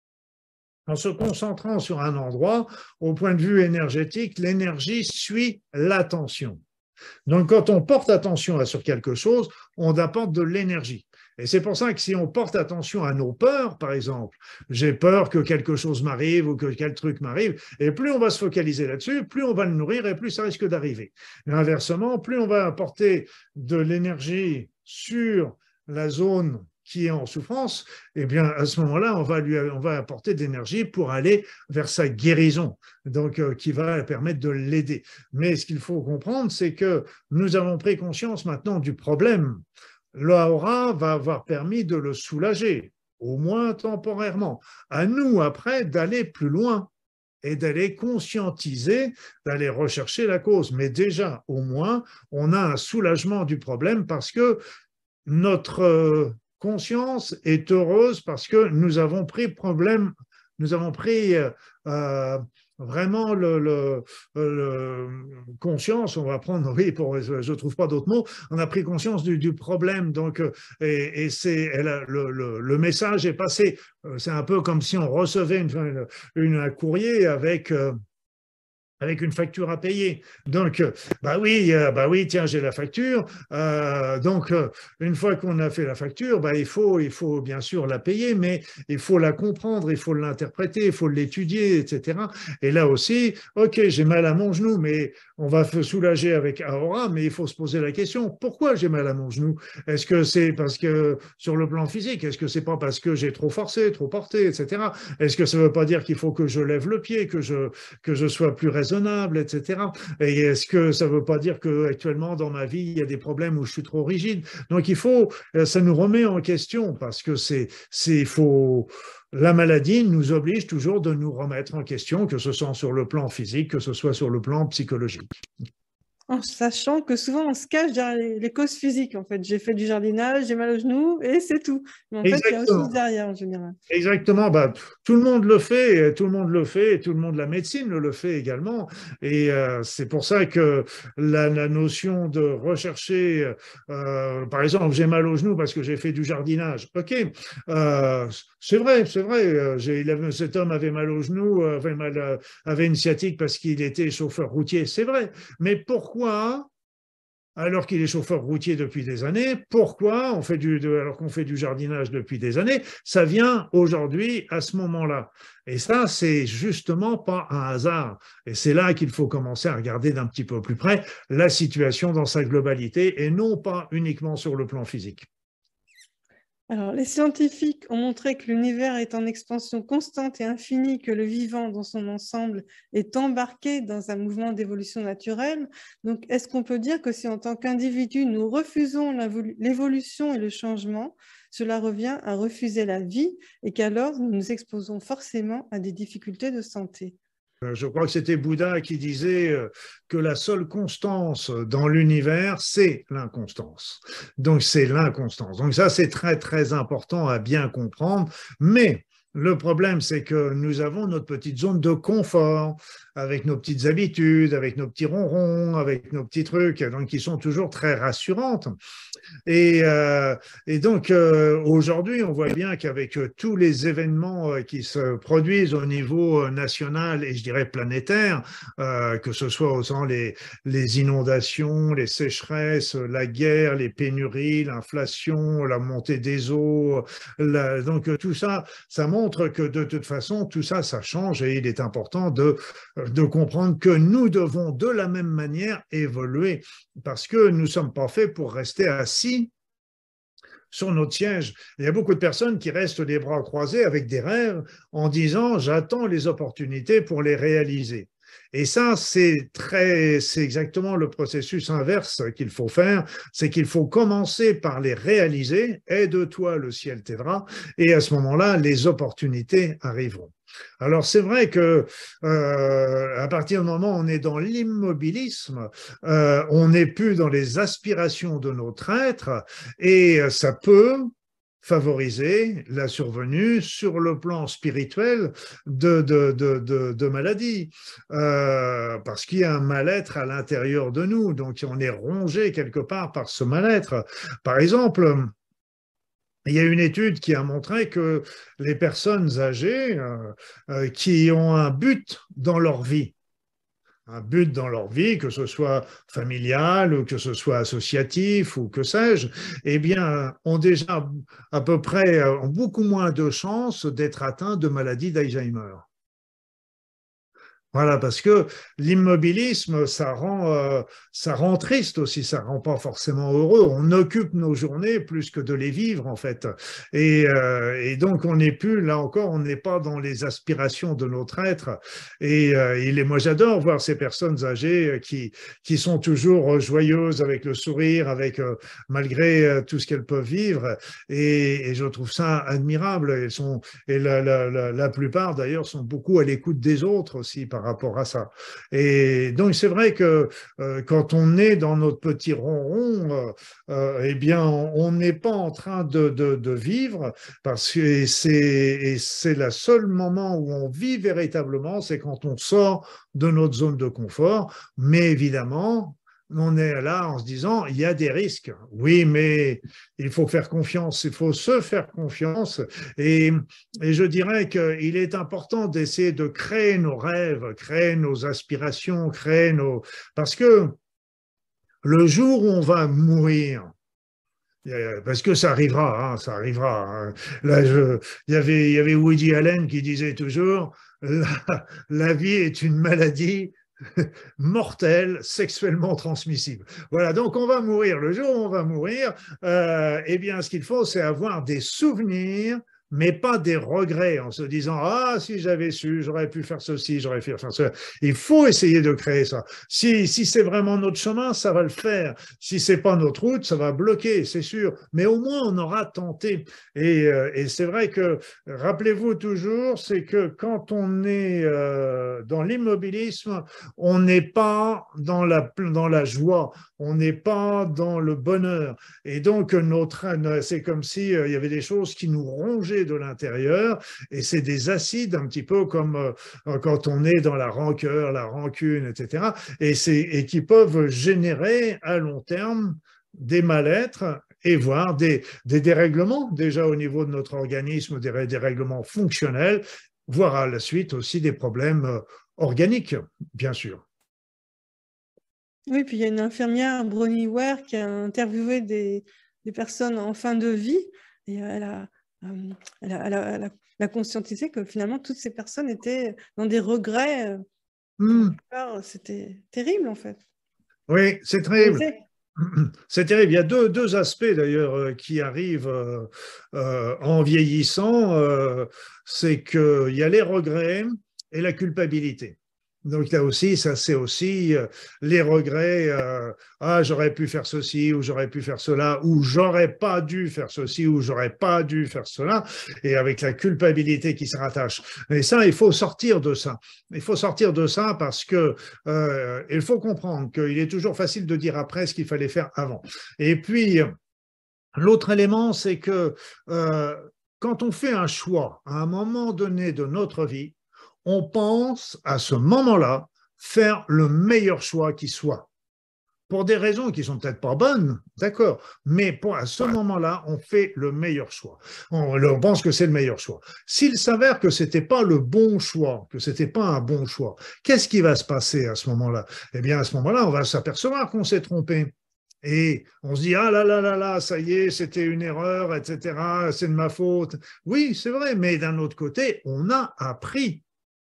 en se concentrant sur un endroit, au point de vue énergétique, l'énergie suit l'attention. Donc, quand on porte attention sur quelque chose, on apporte de l'énergie. Et c'est pour ça que si on porte attention à nos peurs, par exemple, j'ai peur que quelque chose m'arrive ou que quel truc m'arrive, et plus on va se focaliser là-dessus, plus on va le nourrir et plus ça risque d'arriver. Et inversement, plus on va apporter de l'énergie sur la zone qui est en souffrance, eh bien, à ce moment-là, on va lui, on va apporter de l'énergie pour aller vers sa guérison, donc euh, qui va permettre de l'aider. Mais ce qu'il faut comprendre, c'est que nous avons pris conscience maintenant du problème. L'aura va avoir permis de le soulager, au moins temporairement. À nous, après, d'aller plus loin et d'aller conscientiser, d'aller rechercher la cause. Mais déjà, au moins, on a un soulagement du problème parce que notre conscience est heureuse parce que nous avons pris problème, nous avons pris euh, vraiment le, le, le conscience, on va prendre, oui, pour, je ne trouve pas d'autres mots, on a pris conscience du, du problème, donc, et, et c'est, elle, le, le, le message est passé. C'est un peu comme si on recevait une, une, un courrier avec... Euh, avec une facture à payer. Donc, bah oui, bah oui, tiens, j'ai la facture. Euh, donc, une fois qu'on a fait la facture, bah, il faut, il faut bien sûr la payer, mais il faut la comprendre, il faut l'interpréter, il faut l'étudier, et cetera. Et là aussi, ok, j'ai mal à mon genou, mais on va se soulager avec Aora, mais il faut se poser la question, pourquoi j'ai mal à mon genou? Est-ce que c'est parce que, sur le plan physique, est-ce que c'est pas parce que j'ai trop forcé, trop porté, et cetera. Est-ce que ça veut pas dire qu'il faut que je lève le pied, que je, que je sois plus raisonnable, et cetera. Et est-ce que ça ne veut pas dire qu'actuellement, dans ma vie, il y a des problèmes où je suis trop rigide? Donc, il faut, ça nous remet en question parce que c'est, c'est, faut, la maladie nous oblige toujours de nous remettre en question, que ce soit sur le plan physique, que ce soit sur le plan psychologique. En sachant que souvent on se cache derrière les, les causes physiques. En fait, j'ai fait du jardinage, j'ai mal au genou et c'est tout. Mais en Exactement. fait, il y a autre chose derrière en général. Exactement. Bah, tout le monde le fait, tout le monde le fait, et tout le monde, la médecine le fait également. Et euh, c'est pour ça que la, la notion de rechercher, euh, par exemple, j'ai mal au genou parce que j'ai fait du jardinage. Ok, euh, c'est vrai, c'est vrai. J'ai, cet homme avait mal au genou, avait, mal, avait une sciatique parce qu'il était chauffeur routier. C'est vrai. Mais pourquoi? Pourquoi, alors qu'il est chauffeur routier depuis des années, pourquoi, on fait du, de, alors qu'on fait du jardinage depuis des années, ça vient aujourd'hui à ce moment-là? Et ça, c'est justement pas un hasard. Et c'est là qu'il faut commencer à regarder d'un petit peu plus près la situation dans sa globalité et non pas uniquement sur le plan physique. Alors, les scientifiques ont montré que l'univers est en expansion constante et infinie, que le vivant dans son ensemble est embarqué dans un mouvement d'évolution naturelle. Donc, est-ce qu'on peut dire que si en tant qu'individu, nous refusons l'évolution et le changement, cela revient à refuser la vie et qu'alors nous nous exposons forcément à des difficultés de santé? Je crois que c'était Bouddha qui disait que la seule constance dans l'univers, c'est l'inconstance. Donc, c'est l'inconstance. Donc, ça, c'est très, très important à bien comprendre. Mais le problème, c'est que nous avons notre petite zone de confort, avec nos petites habitudes, avec nos petits ronrons, avec nos petits trucs, donc qui sont toujours très rassurantes. Et, euh, et donc, euh, aujourd'hui, on voit bien qu'avec euh, tous les événements euh, qui se produisent au niveau euh, national et je dirais planétaire, euh, que ce soit autant les, les inondations, les sécheresses, la guerre, les pénuries, l'inflation, la montée des eaux, la, donc euh, tout ça, ça montre que de toute façon, tout ça, ça change et il est important de, de comprendre que nous devons de la même manière évoluer parce que nous ne sommes pas faits pour rester assis sur notre siège. Il y a beaucoup de personnes qui restent les bras croisés avec des rêves en disant « j'attends les opportunités pour les réaliser ». Et ça, c'est très, c'est exactement le processus inverse qu'il faut faire, c'est qu'il faut commencer par les réaliser, aide-toi, le ciel t'aidera, et à ce moment-là, les opportunités arriveront. Alors c'est vrai que euh, à partir du moment où on est dans l'immobilisme, euh, on n'est plus dans les aspirations de notre être et ça peut favoriser la survenue sur le plan spirituel de, de, de, de, de maladies, euh, parce qu'il y a un mal-être à l'intérieur de nous, donc on est rongé quelque part par ce mal-être. Par exemple, il y a une étude qui a montré que les personnes âgées euh, euh, qui ont un but dans leur vie, un but dans leur vie, que ce soit familial ou que ce soit associatif ou que sais-je, eh bien, ont déjà à peu près, ont beaucoup moins de chances d'être atteints de maladies d'Alzheimer. Voilà, parce que l'immobilisme, ça rend, euh, ça rend triste aussi, ça rend pas forcément heureux. On occupe nos journées plus que de les vivre, en fait. Et, euh, et donc, on n'est plus, là encore, on n'est pas dans les aspirations de notre être. Et, euh, et moi, j'adore voir ces personnes âgées qui, qui sont toujours joyeuses, avec le sourire, avec euh, malgré euh, tout ce qu'elles peuvent vivre. Et, et je trouve ça admirable. Elles sont, et la, la, la, la plupart, d'ailleurs, sont beaucoup à l'écoute des autres aussi, par rapport à ça. Et donc, c'est vrai que euh, quand on est dans notre petit ronron, euh, euh, eh bien, on n'est pas en train de, de, de vivre parce que c'est le seul moment où on vit véritablement, c'est quand on sort de notre zone de confort. Mais évidemment, on est là en se disant, il y a des risques. Oui, mais il faut faire confiance, il faut se faire confiance. Et, et je dirais qu'il est important d'essayer de créer nos rêves, créer nos aspirations, créer nos... Parce que le jour où on va mourir, parce que ça arrivera, hein, ça arrivera. Hein. Là, je, il y avait, il y avait Woody Allen qui disait toujours, la, la vie est une maladie mortel, sexuellement transmissible. Voilà, donc on va mourir. Le jour où on va mourir, euh, eh bien, ce qu'il faut, c'est avoir des souvenirs, mais pas des regrets en se disant « Ah, si j'avais su, j'aurais pu faire ceci, j'aurais pu faire cela. » Il faut essayer de créer ça. Si, si c'est vraiment notre chemin, ça va le faire. Si c'est pas notre route, ça va bloquer, c'est sûr. Mais au moins, on aura tenté. Et, euh, et c'est vrai que, rappelez-vous toujours, c'est que quand on est euh, dans l'immobilisme, on n'est pas dans la, dans la joie, on n'est pas dans le bonheur. Et donc, notre, c'est comme si euh, il y avait des choses qui nous rongeaient de l'intérieur, et c'est des acides, un petit peu comme euh, quand on est dans la rancœur, la rancune, et cetera, et, et qui peuvent générer à long terme des mal-être et voire des, des dérèglements, déjà au niveau de notre organisme, des dérèglements fonctionnels, voire à la suite aussi des problèmes organiques, bien sûr. Oui, puis il y a une infirmière, Bronnie Ware, qui a interviewé des, des personnes en fin de vie, et elle a, euh, elle a, elle a, elle a, elle a conscientisé que finalement, toutes ces personnes étaient dans des regrets. Mm. C'était terrible, en fait. Oui, c'est terrible. C'est terrible. Il y a deux, deux aspects d'ailleurs euh, qui arrivent euh, euh, en vieillissant. Euh, c'est qu'il y a les regrets et la culpabilité. Donc là aussi, ça c'est aussi euh, les regrets. Euh, ah, j'aurais pu faire ceci ou j'aurais pu faire cela ou j'aurais pas dû faire ceci ou j'aurais pas dû faire cela. Et avec la culpabilité qui se rattache. Et ça, il faut sortir de ça. Il faut sortir de ça parce que euh, il faut comprendre qu'il est toujours facile de dire après ce qu'il fallait faire avant. Et puis l'autre élément, c'est que euh, quand on fait un choix à un moment donné de notre vie, on pense à ce moment-là faire le meilleur choix qui soit. Pour des raisons qui sont peut-être pas bonnes, d'accord, mais pour, à ce moment-là, on fait le meilleur choix. On, on pense que c'est le meilleur choix. S'il s'avère que c'était pas le bon choix, que c'était pas un bon choix, qu'est-ce qui va se passer à ce moment-là? Eh bien, à ce moment-là, on va s'apercevoir qu'on s'est trompé. Et on se dit, ah là là là là, ça y est, c'était une erreur, et cetera, c'est de ma faute. Oui, c'est vrai, mais d'un autre côté, on a appris.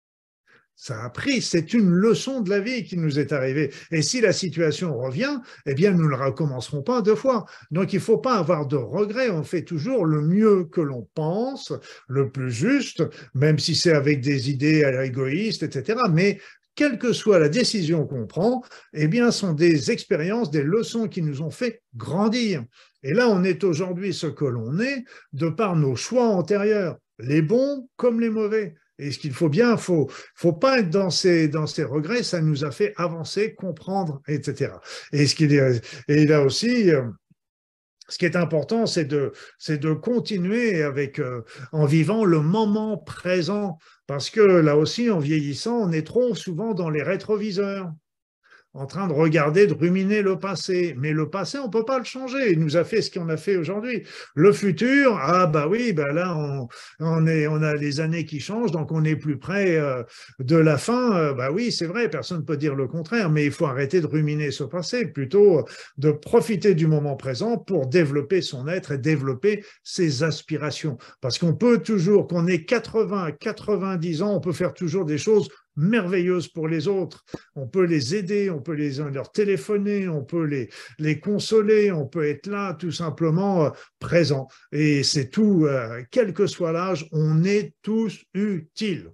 Ça a pris, c'est une leçon de la vie qui nous est arrivée. Et si la situation revient, eh bien, nous ne le recommencerons pas deux fois. Donc, il ne faut pas avoir de regrets. On fait toujours le mieux que l'on pense, le plus juste, même si c'est avec des idées égoïstes, et cetera. Mais quelle que soit la décision qu'on prend, eh bien, sont des expériences, des leçons qui nous ont fait grandir. Et là, on est aujourd'hui ce que l'on est de par nos choix antérieurs, les bons comme les mauvais. Et ce qu'il faut bien, il ne faut, faut pas être dans ces, dans ces regrets, ça nous a fait avancer, comprendre, et cetera. Et, ce qu'il est, et là aussi, ce qui est important, c'est de, c'est de continuer avec, euh, en vivant le moment présent. Parce que là aussi, en vieillissant, on est trop souvent dans les rétroviseurs, en train de regarder, de ruminer le passé. Mais le passé, on ne peut pas le changer. Il nous a fait ce qu'on a fait aujourd'hui. Le futur, ah bah oui, bah là, on, on, est, on a les années qui changent, donc on est plus près euh, de la fin. Euh, bah oui, c'est vrai, personne ne peut dire le contraire, mais il faut arrêter de ruminer ce passé, plutôt de profiter du moment présent pour développer son être et développer ses aspirations. Parce qu'on peut toujours, qu'on ait quatre-vingts, quatre-vingt-dix ans, on peut faire toujours des choses merveilleuses pour les autres. On peut les aider, on peut les, leur téléphoner, on peut les, les consoler, on peut être là tout simplement euh, présent. Et c'est tout, euh, quel que soit l'âge, on est tous utiles.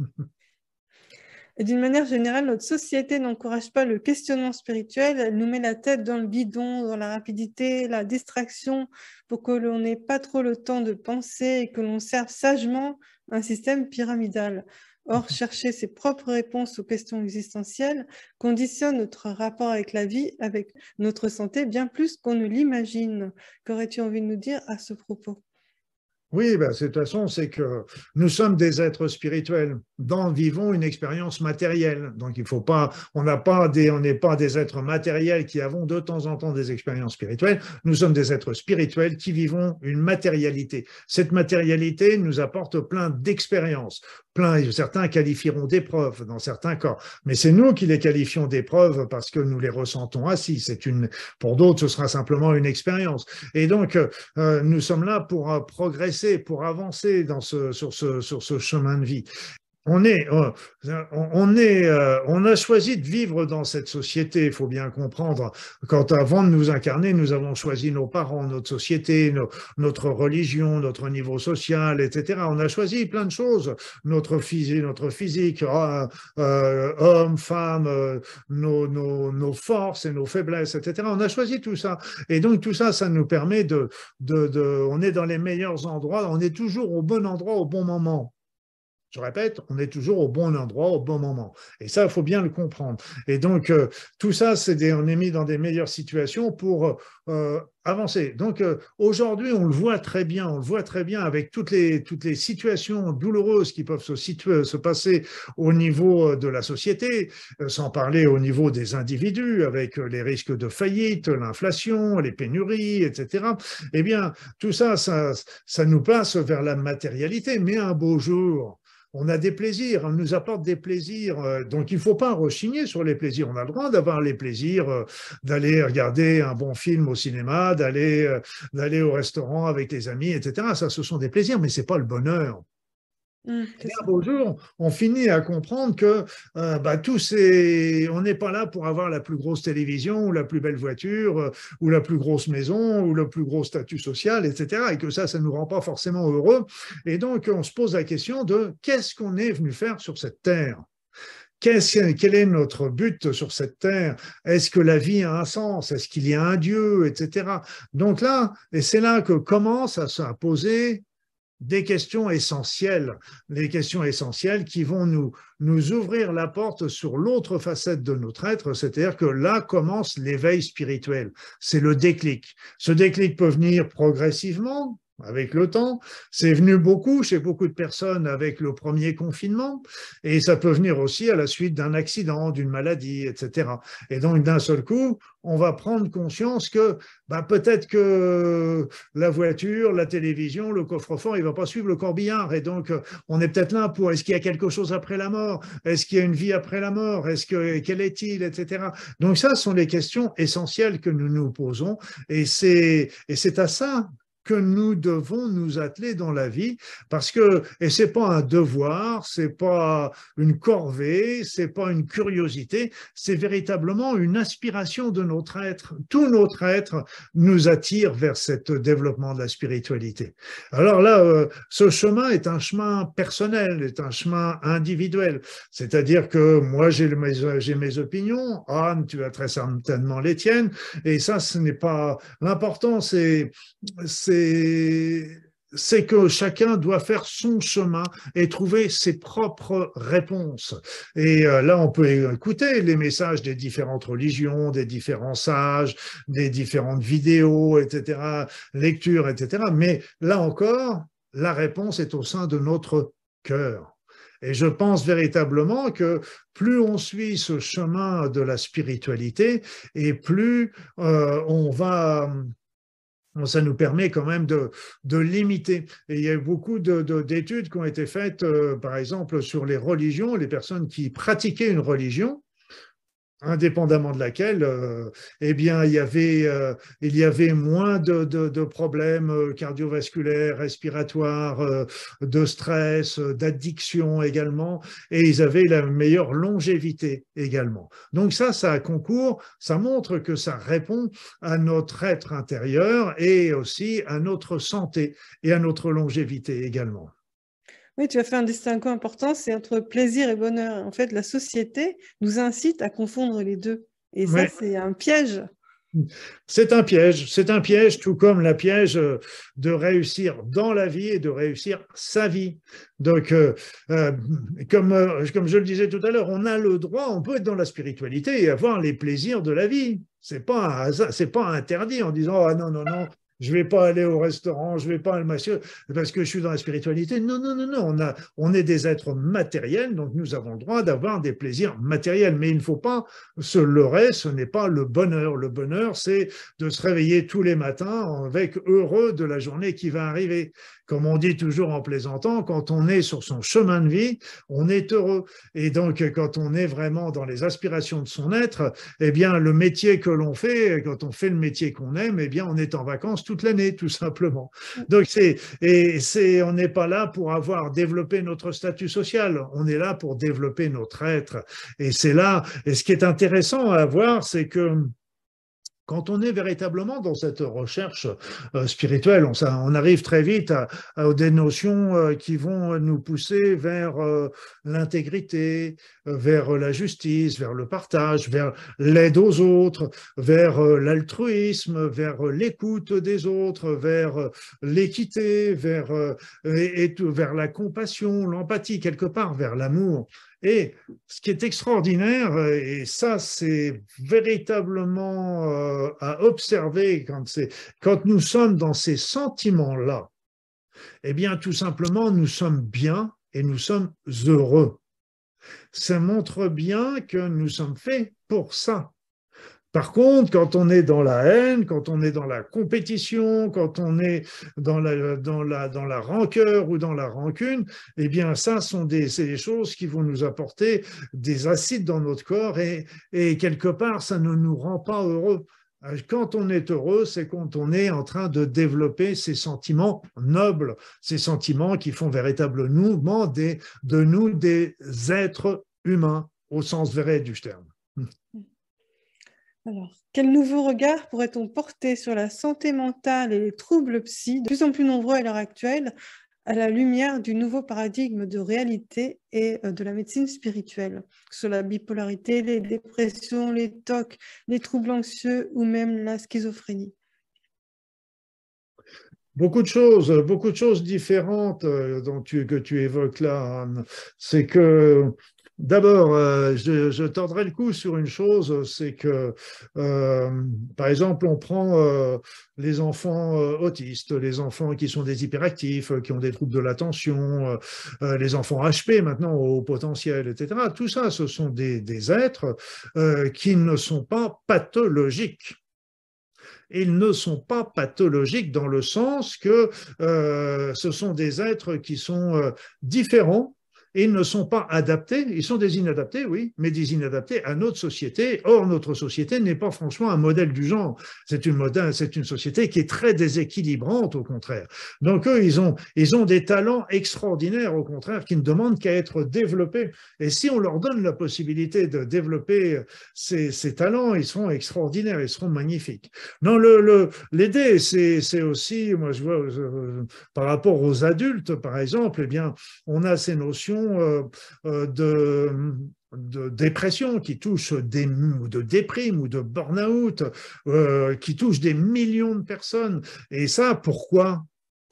Et d'une manière générale, notre société n'encourage pas le questionnement spirituel, elle nous met la tête dans le guidon, dans la rapidité, la distraction, pour que l'on n'ait pas trop le temps de penser et que l'on serve sagement un système pyramidal. Or, chercher ses propres réponses aux questions existentielles conditionne notre rapport avec la vie, avec notre santé, bien plus qu'on ne l'imagine. Qu'aurais-tu envie de nous dire à ce propos ? Oui, ben, de toute façon, c'est que nous sommes des êtres spirituels, dont vivons une expérience matérielle. Donc, il faut pas, on n'a pas des, on n'est pas des êtres matériels qui avons de temps en temps des expériences spirituelles. Nous sommes des êtres spirituels qui vivons une matérialité. Cette matérialité nous apporte plein d'expériences. Plein, certains qualifieront d'épreuves dans certains cas, mais c'est nous qui les qualifions d'épreuves parce que nous les ressentons ainsi. C'est une, pour d'autres, ce sera simplement une expérience. Et donc, euh, nous sommes là pour euh, progresser, pour avancer dans ce, sur, ce, sur ce chemin de vie. On est, on est, on a choisi de vivre dans cette société. Il faut bien comprendre. Quand avant de nous incarner, nous avons choisi nos parents, notre société, nos, notre religion, notre niveau social, et cetera. On a choisi plein de choses. Notre physique, notre physique, euh, euh, hommes, femmes, euh, nos, nos, nos forces et nos faiblesses, et cetera. On a choisi tout ça. Et donc tout ça, ça nous permet de, de, de, on est dans les meilleurs endroits. On est toujours au bon endroit au bon moment. Je répète, on est toujours au bon endroit, au bon moment. Et ça, il faut bien le comprendre. Et donc, euh, tout ça, c'est des, on est mis dans des meilleures situations pour euh, avancer. Donc, euh, aujourd'hui, on le voit très bien, on le voit très bien avec toutes les, toutes les situations douloureuses qui peuvent se, situer, se passer au niveau de la société, euh, sans parler au niveau des individus, avec les risques de faillite, l'inflation, les pénuries, et cetera. Eh bien, tout ça, ça, ça nous passe vers la matérialité. Mais un beau jour, on a des plaisirs, on nous apporte des plaisirs, donc il ne faut pas rechigner sur les plaisirs. On a le droit d'avoir les plaisirs, d'aller regarder un bon film au cinéma, d'aller d'aller au restaurant avec les amis, et cetera. Ça, ce sont des plaisirs, mais ce n'est pas le bonheur. Mmh, Et c'est un ça. beau jour, on finit à comprendre que euh, bah, tous ces... on n'est pas là pour avoir la plus grosse télévision ou la plus belle voiture euh, ou la plus grosse maison ou le plus gros statut social, et cetera. Et que ça, ça ne nous rend pas forcément heureux. Et donc, on se pose la question de qu'est-ce qu'on est venu faire sur cette terre? Qu'est-ce, quel est notre but sur cette terre? Est-ce que la vie a un sens? Est-ce qu'il y a un Dieu, et cetera. Donc là, et c'est là que commence à se poser des questions essentielles, des questions essentielles qui vont nous, nous ouvrir la porte sur l'autre facette de notre être, c'est-à-dire que là commence l'éveil spirituel, c'est le déclic. Ce déclic peut venir progressivement, avec le temps, c'est venu beaucoup chez beaucoup de personnes avec le premier confinement, et ça peut venir aussi à la suite d'un accident, d'une maladie, et cetera. Et donc d'un seul coup, on va prendre conscience que bah, peut-être que la voiture, la télévision, le coffre-fort, il ne va pas suivre le corbillard. Et donc, on est peut-être là pour, est-ce qu'il y a quelque chose après la mort? Est-ce qu'il y a une vie après la mort? Est-ce que, quel est-il, et cetera. Donc, ça, ce sont les questions essentielles que nous nous posons. Et c'est, et c'est à ça que nous devons nous atteler dans la vie, parce que, et c'est pas un devoir, c'est pas une corvée, c'est pas une curiosité, c'est véritablement une aspiration de notre être. Tout notre être nous attire vers ce développement de la spiritualité. Alors là, euh, ce chemin est un chemin personnel, est un chemin individuel. C'est-à-dire que moi, j'ai mes, j'ai mes opinions, Anne, tu as très certainement les tiennes, et ça, ce n'est pas... L'important, c'est c'est que chacun doit faire son chemin et trouver ses propres réponses. Et euh, là, on peut écouter les messages des différentes religions, des différents sages, des différentes vidéos, et cetera, lectures, et cetera. Mais là encore, la réponse est au sein de notre cœur. Et je pense véritablement que plus on suit ce chemin de la spiritualité, et plus euh, on va... ça nous permet quand même de, de limiter. Et il y a beaucoup de, de, d'études qui ont été faites, euh, par exemple, sur les religions, les personnes qui pratiquaient une religion, indépendamment de laquelle, euh, eh bien, il y avait, euh, il y avait moins de, de, de problèmes cardiovasculaires, respiratoires, euh, de stress, d'addiction également, et ils avaient la meilleure longévité également. Donc ça, ça concourt, ça montre que ça répond à notre être intérieur et aussi à notre santé et à notre longévité également. Oui, tu as fait un distinguo important, c'est entre plaisir et bonheur. En fait, la société nous incite à confondre les deux. Et ça, Ouais. c'est un piège. C'est un piège, c'est un piège, tout comme le piège de réussir dans la vie et de réussir sa vie. Donc, euh, euh, comme, euh, comme je le disais tout à l'heure, on a le droit, on peut être dans la spiritualité et avoir les plaisirs de la vie. C'est pas un hasard, c'est pas interdit en disant ah non non non. Je ne vais pas aller au restaurant, je ne vais pas à le monsieur parce que je suis dans la spiritualité. Non, non, non, non. On, a, on est des êtres matériels, donc nous avons le droit d'avoir des plaisirs matériels. Mais il ne faut pas se leurrer, ce n'est pas le bonheur. Le bonheur, c'est de se réveiller tous les matins avec heureux de la journée qui va arriver. Comme on dit toujours en plaisantant, quand on est sur son chemin de vie, on est heureux. Et donc, quand on est vraiment dans les aspirations de son être, eh bien, le métier que l'on fait, quand on fait le métier qu'on aime, eh bien, on est en vacances toute l'année, tout simplement. Donc, c'est, et c'est, on n'est pas là pour avoir développé notre statut social. On est là pour développer notre être. Et c'est là, et ce qui est intéressant à voir, c'est que quand on est véritablement dans cette recherche euh, spirituelle, on, ça, on arrive très vite à, à des notions euh, qui vont nous pousser vers euh, l'intégrité, euh, vers la justice, vers le partage, vers l'aide aux autres, vers euh, l'altruisme, vers l'écoute des autres, vers euh, l'équité, vers, euh, et, et tout, vers la compassion, l'empathie, quelque part, vers l'amour. Et ce qui est extraordinaire, et ça c'est véritablement euh, à observer quand, c'est, quand nous sommes dans ces sentiments-là, eh bien tout simplement nous sommes bien et nous sommes heureux. Ça montre bien que nous sommes faits pour ça. Par contre, quand on est dans la haine, quand on est dans la compétition, quand on est dans la, dans la, dans la rancœur ou dans la rancune, eh bien, ça sont des, c'est des choses qui vont nous apporter des acides dans notre corps et, et quelque part, ça ne nous rend pas heureux. Quand on est heureux, c'est quand on est en train de développer ces sentiments nobles, ces sentiments qui font véritable mouvement des, de nous des êtres humains au sens vrai du terme. Alors, quel nouveau regard pourrait-on porter sur la santé mentale et les troubles psy, de plus en plus nombreux à l'heure actuelle, à la lumière du nouveau paradigme de réalité et de la médecine spirituelle, sur la bipolarité, les dépressions, les T O C, les troubles anxieux ou même la schizophrénie? Beaucoup de choses, beaucoup de choses différentes dont tu, que tu évoques là, Anne. C'est que d'abord, je, je tordrai le coup sur une chose, c'est que, euh, par exemple, on prend euh, les enfants euh, autistes, les enfants qui sont des hyperactifs, qui ont des troubles de l'attention, euh, les enfants H P maintenant au potentiel, et cetera. Tout ça, ce sont des, des êtres euh, qui ne sont pas pathologiques. Ils ne sont pas pathologiques dans le sens que euh, ce sont des êtres qui sont euh, différents. Ils ne sont pas adaptés, ils sont des inadaptés, oui, mais des inadaptés à notre société. Or, notre société n'est pas franchement un modèle du genre. C'est une, modèle, c'est une société qui est très déséquilibrante, au contraire. Donc, eux, ils ont, ils ont des talents extraordinaires, au contraire, qui ne demandent qu'à être développés. Et si on leur donne la possibilité de développer ces, ces talents, ils seront extraordinaires, ils seront magnifiques. Non, le, le, l'aider, c'est, c'est aussi, moi, je vois, euh, par rapport aux adultes, par exemple, eh bien, on a ces notions de, de dépression qui touche des, ou de déprime ou de burn-out, euh, qui touche des millions de personnes. Et ça, pourquoi ? Pourquoi ?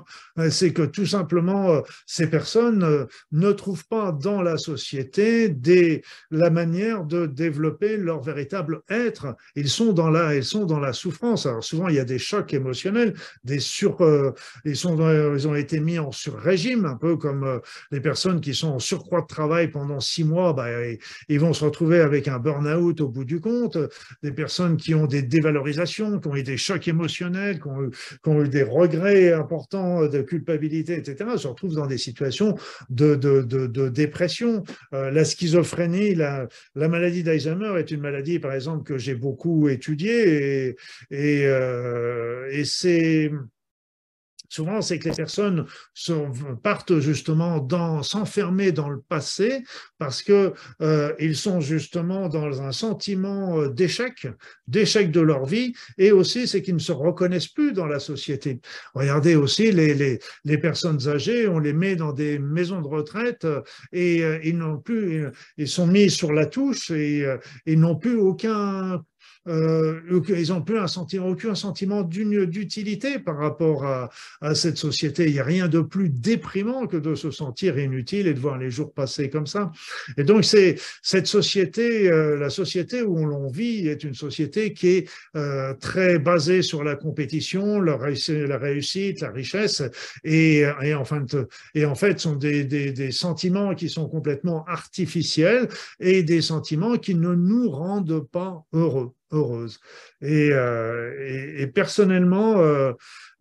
C'est que tout simplement, ces personnes ne trouvent pas dans la société des, la manière de développer leur véritable être. Ils sont dans la, ils sont dans la souffrance. Alors souvent, il y a des chocs émotionnels, des sur, euh, ils, sont dans, ils ont été mis en sur-régime, un peu comme euh, les personnes qui sont en surcroît de travail pendant six mois, bah, ils, ils vont se retrouver avec un burn-out au bout du compte. Des personnes qui ont des dévalorisations, qui ont eu des chocs émotionnels, qui ont eu, qui ont eu des regrets importants de culpabilité, et cetera, se retrouvent dans des situations de, de, de, de dépression. Euh, la schizophrénie, la, la maladie d'Alzheimer est une maladie, par exemple, que j'ai beaucoup étudiée et, et, euh, et c'est... Souvent, c'est que les personnes sont, partent justement dans, s'enfermer dans le passé parce que euh, ils sont justement dans un sentiment d'échec, d'échec de leur vie, et aussi c'est qu'ils ne se reconnaissent plus dans la société. Regardez aussi les, les, les personnes âgées, on les met dans des maisons de retraite et euh, ils n'ont plus, ils sont mis sur la touche et euh, ils n'ont plus aucun Euh, ils n'ont plus un sentiment, aucun sentiment d'utilité par rapport à, à cette société. Il n'y a rien de plus déprimant que de se sentir inutile et de voir les jours passer comme ça. Et donc, c'est cette société, euh, la société où l'on vit est une société qui est euh, très basée sur la compétition, la, la réussite, la richesse, et, et, en, fin de, et en fait, sont des, des, des sentiments qui sont complètement artificiels et des sentiments qui ne nous rendent pas heureux. heureuse. Et, euh, et, et personnellement, euh,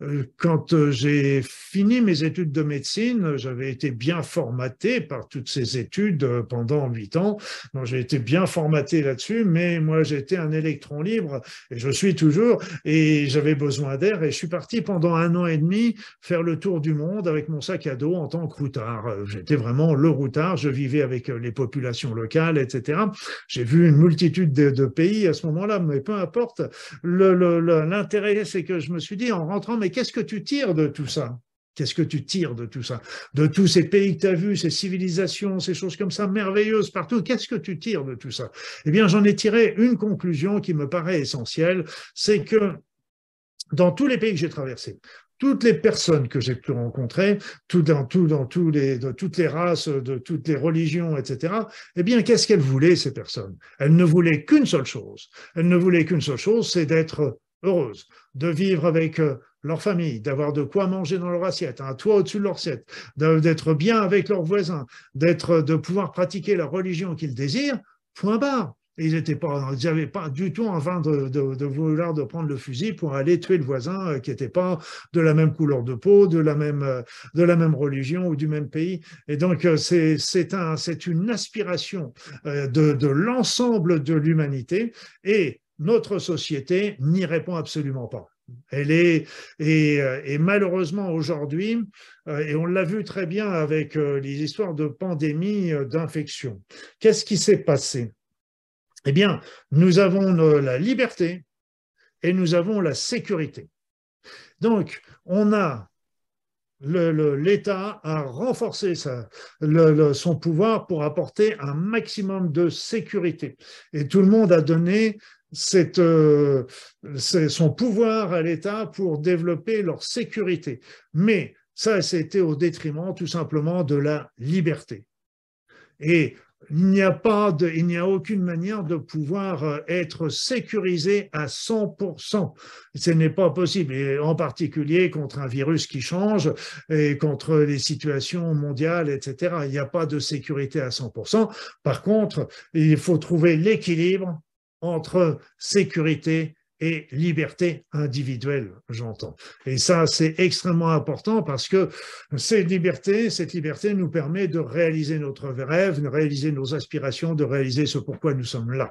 quand j'ai fini mes études de médecine, j'avais été bien formaté par toutes ces études pendant huit ans. Donc, j'ai été bien formaté là-dessus, mais moi, j'étais un électron libre et je suis toujours, et j'avais besoin d'air et je suis parti pendant un an et demi faire le tour du monde avec mon sac à dos en tant que routard. J'étais vraiment le routard, je vivais avec les populations locales, et cetera. J'ai vu une multitude de, de pays à ce moment-là, mais peu importe. Le, le, le, l'intérêt, c'est que je me suis dit en rentrant, mais qu'est-ce que tu tires de tout ça ? Qu'est-ce que tu tires de tout ça ? De tous ces pays que tu as vus, ces civilisations, ces choses comme ça, merveilleuses partout, qu'est-ce que tu tires de tout ça ? Eh bien, j'en ai tiré une conclusion qui me paraît essentielle, c'est que dans tous les pays que j'ai traversés, toutes les personnes que j'ai pu rencontrer, tout dans, tout, dans tous les, de toutes les races, de toutes les religions, et cetera, eh bien, qu'est-ce qu'elles voulaient, ces personnes ? Elles ne voulaient qu'une seule chose. Elles ne voulaient qu'une seule chose, c'est d'être heureuses, de vivre avec leur famille, d'avoir de quoi manger dans leur assiette, un toit au-dessus de leur assiette, d'être bien avec leurs voisins, d'être, de pouvoir pratiquer la religion qu'ils désirent, point barre. Ils n'étaient pas, ils n'avaient pas du tout en train de, de, de vouloir de prendre le fusil pour aller tuer le voisin qui n'était pas de la même couleur de peau, de la même, de la même religion ou du même pays. Et donc, c'est, c'est, un, c'est une aspiration de, de l'ensemble de l'humanité. Et notre société n'y répond absolument pas. Elle est, et, et malheureusement aujourd'hui, et on l'a vu très bien avec les histoires de pandémie, d'infection, qu'est-ce qui s'est passé? Eh bien, nous avons la liberté et nous avons la sécurité. Donc, on a l'État a renforcé sa, le, le, son pouvoir pour apporter un maximum de sécurité. Et tout le monde a donné cette, euh, son pouvoir à l'État pour développer leur sécurité. Mais ça, c'était au détriment tout simplement de la liberté. Et il n'y a pas de, il n'y a aucune manière de pouvoir être sécurisé à cent pour cent. Ce n'est pas possible, et en particulier contre un virus qui change et contre les situations mondiales, et cetera. Il n'y a pas de sécurité à cent pour cent. Par contre, il faut trouver l'équilibre entre sécurité et liberté individuelle, j'entends. Et ça, c'est extrêmement important parce que cette liberté, cette liberté nous permet de réaliser notre rêve, de réaliser nos aspirations, de réaliser ce pourquoi nous sommes là.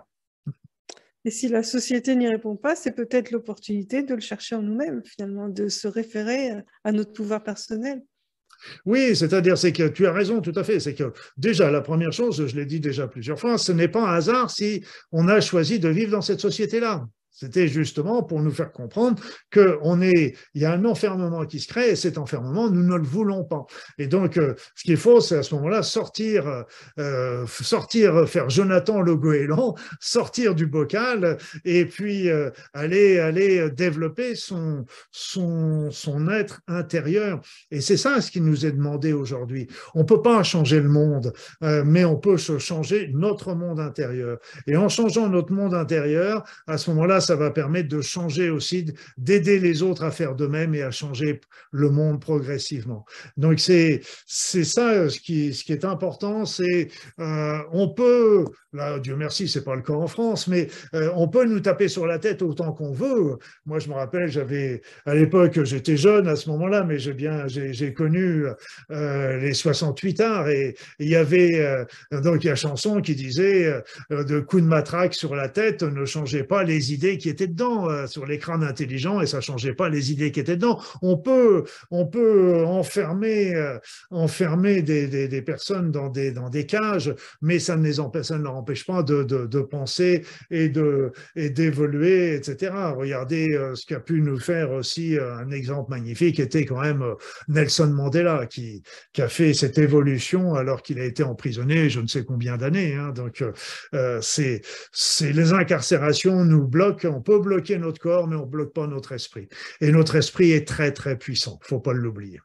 Et si la société n'y répond pas, c'est peut-être l'opportunité de le chercher en nous-mêmes, finalement, de se référer à notre pouvoir personnel. Oui, c'est-à-dire, c'est que tu as raison, tout à fait. C'est que déjà, la première chose, je l'ai dit déjà plusieurs fois, ce n'est pas un hasard si on a choisi de vivre dans cette société-là. C'était justement pour nous faire comprendre qu'on est, il y a un enfermement qui se crée et cet enfermement, nous ne le voulons pas. Et donc, euh, ce qu'il faut, c'est à ce moment-là sortir, euh, sortir, faire Jonathan le goéland, sortir du bocal et puis euh, aller, aller développer son, son, son être intérieur. Et c'est ça ce qui nous est demandé aujourd'hui. On ne peut pas changer le monde, euh, mais on peut changer notre monde intérieur. Et en changeant notre monde intérieur, à ce moment-là, ça va permettre de changer aussi, d'aider les autres à faire de même et à changer le monde progressivement. Donc, c'est ça ce qui, ce qui est important, c'est euh, on peut, là, Dieu merci, c'est pas le cas en France, mais euh, on peut nous taper sur la tête autant qu'on veut. Moi, je me rappelle, j'avais, à l'époque, j'étais jeune à ce moment-là, mais j'ai bien, j'ai connu euh, les soixante-huit arts et il y avait euh, donc il y a chanson qui disait euh, de coups de matraque sur la tête ne changeait pas les idées qui étaient dedans, euh, sur l'écran intelligent, et ça ne changeait pas les idées qui étaient dedans. On peut, on peut enfermer, euh, enfermer des, des, des personnes dans des, dans des cages, mais ça ne les empêche, ça ne leur empêche pas de, de, de penser et de, et d'évoluer, et cetera. Regardez euh, ce qu'a pu nous faire aussi euh, un exemple magnifique était quand même euh, Nelson Mandela, qui, qui a fait cette évolution alors qu'il a été emprisonné je ne sais combien d'années. Hein. Donc, euh, c'est, c'est les incarcérations nous bloquent. On peut bloquer notre corps, mais on ne bloque pas notre esprit. Et notre esprit est très, très puissant. Il ne faut pas l'oublier.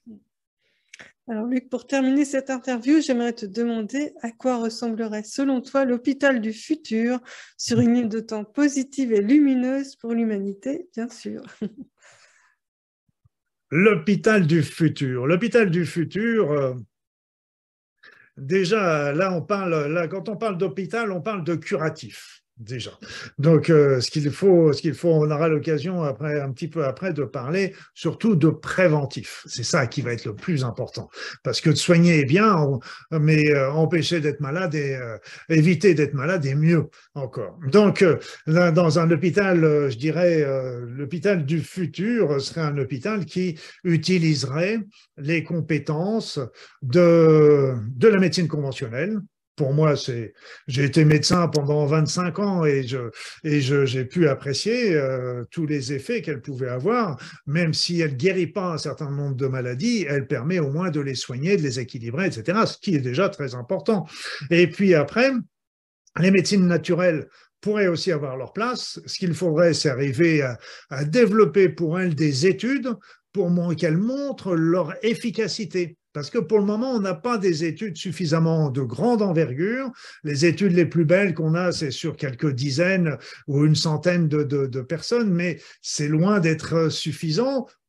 Alors, Luc, pour terminer cette interview, j'aimerais te demander à quoi ressemblerait, selon toi, l'hôpital du futur sur une ligne de temps positive et lumineuse pour l'humanité, bien sûr. L'hôpital du futur. L'hôpital du futur... Euh... Déjà, là, on parle, là, quand on parle d'hôpital, on parle de curatif. Déjà. Donc, euh, ce qu'il faut, ce qu'il faut, on aura l'occasion après, un petit peu après, de parler surtout de préventif. C'est ça qui va être le plus important. Parce que de soigner est bien, on, mais euh, empêcher d'être malade et euh, éviter d'être malade est mieux encore. Donc, euh, là, dans un hôpital, euh, je dirais, euh, l'hôpital du futur serait un hôpital qui utiliserait les compétences de, de la médecine conventionnelle. Pour moi, c'est, j'ai été médecin pendant vingt-cinq ans et je, et je, j'ai pu apprécier euh, tous les effets qu'elle pouvait avoir, même si elle guérit pas un certain nombre de maladies, elle permet au moins de les soigner, de les équilibrer, et cetera, ce qui est déjà très important. Et puis après, les médecines naturelles pourraient aussi avoir leur place. Ce qu'il faudrait, c'est arriver à, à développer pour elles des études pour qu'elles montrent leur efficacité. Parce que pour le moment, on n'a pas des études suffisamment de grande envergure. Les études les plus belles qu'on a, c'est sur quelques dizaines ou une centaine de, de, de personnes, mais c'est loin d'être suffisant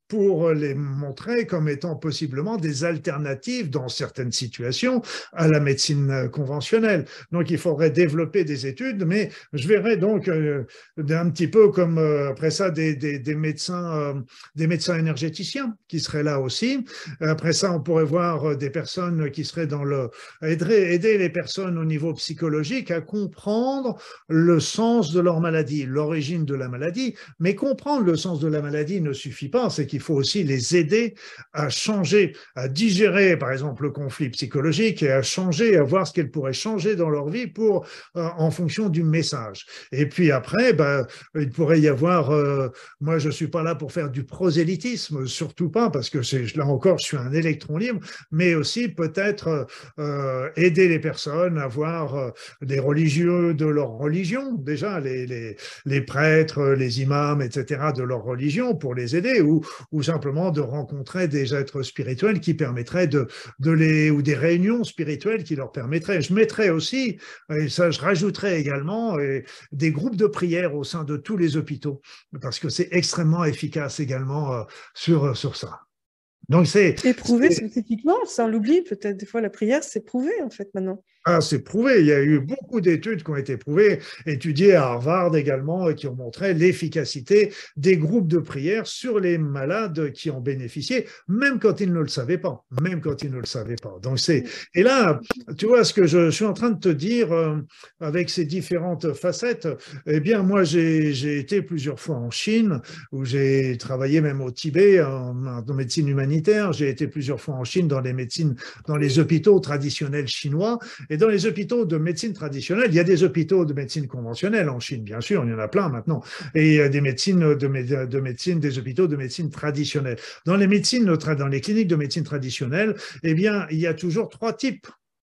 pour les montrer comme étant possiblement des alternatives dans certaines situations à la médecine conventionnelle. Donc, il faudrait développer des études, mais je verrais donc euh, un petit peu comme euh, après ça des, des, des médecins, euh, des médecins énergéticiens qui seraient là aussi. Après ça, on pourrait voir des personnes qui seraient dans le aider, aider les personnes au niveau psychologique à comprendre le sens de leur maladie, l'origine de la maladie. Mais comprendre le sens de la maladie ne suffit pas, c'est qu'il il faut aussi les aider à changer, à digérer, par exemple, le conflit psychologique et à changer, à voir ce qu'elles pourraient changer dans leur vie pour, euh, en fonction du message. Et puis après, ben, il pourrait y avoir, euh, moi je ne suis pas là pour faire du prosélytisme, surtout pas, parce que c'est, là encore, je suis un électron libre, mais aussi peut-être euh, aider les personnes à voir euh, des religieux de leur religion, déjà, les, les, les prêtres, les imams, et cetera, de leur religion, pour les aider, ou ou simplement de rencontrer des êtres spirituels qui permettraient de, de les, ou des réunions spirituelles qui leur permettraient. Je mettrais aussi, et ça je rajouterais également, et, des groupes de prière au sein de tous les hôpitaux, parce que c'est extrêmement efficace également euh, sur, sur ça. Donc c'est éprouvé scientifiquement, ça on l'oublie peut-être, des fois la prière c'est prouvé en fait maintenant. Ah, c'est prouvé. Il y a eu beaucoup d'études qui ont été prouvées, étudiées à Harvard également, et qui ont montré l'efficacité des groupes de prière sur les malades qui en bénéficiaient, même quand ils ne le savaient pas, même quand ils ne le savaient pas. Donc c'est, et là, tu vois, ce que je suis en train de te dire, euh, avec ces différentes facettes, eh bien, moi, j'ai, j'ai été plusieurs fois en Chine, où j'ai travaillé même au Tibet, en, en médecine humanitaire. J'ai été plusieurs fois en Chine dans les médecines, dans les hôpitaux traditionnels chinois. Et dans les hôpitaux de médecine traditionnelle, il y a des hôpitaux de médecine conventionnelle en Chine, bien sûr, il y en a plein maintenant, et il y a des médecines de, de médecine, des hôpitaux de médecine traditionnelle. Dans les médecines, dans les cliniques de médecine traditionnelle, eh bien, il y a toujours trois types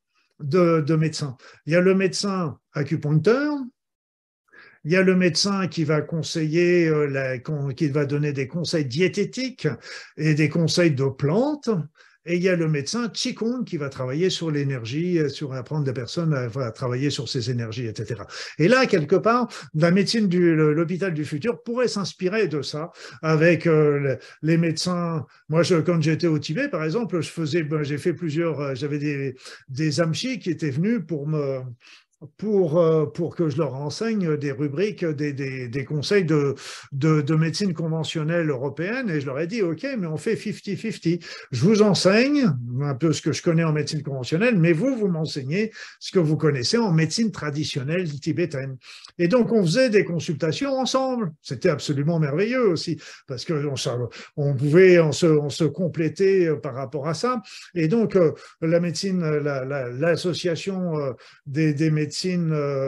de, de médecins. Il y a le médecin acupuncteur, il y a le médecin qui va conseiller, euh, la, qui va donner des conseils diététiques et des conseils de plantes. Et il y a le médecin Qigong qui va travailler sur l'énergie, sur apprendre des personnes à, à travailler sur ces énergies, et cetera. Et là, quelque part, la médecine du l'hôpital du futur pourrait s'inspirer de ça avec euh, les médecins. Moi, je, quand j'étais au Tibet, par exemple, je faisais, ben, j'ai fait plusieurs, j'avais des, des amchis qui étaient venus pour me Pour, pour que je leur enseigne des rubriques, des, des, des conseils de, de, de médecine conventionnelle européenne. Et je leur ai dit, OK, mais on fait cinquante cinquante. Je vous enseigne un peu ce que je connais en médecine conventionnelle, mais vous, vous m'enseignez ce que vous connaissez en médecine traditionnelle tibétaine. Et donc, on faisait des consultations ensemble. C'était absolument merveilleux aussi, parce qu'on on pouvait on se, on se compléter par rapport à ça. Et donc, la médecine, l'association la, la, des, des médecins Médecine, euh,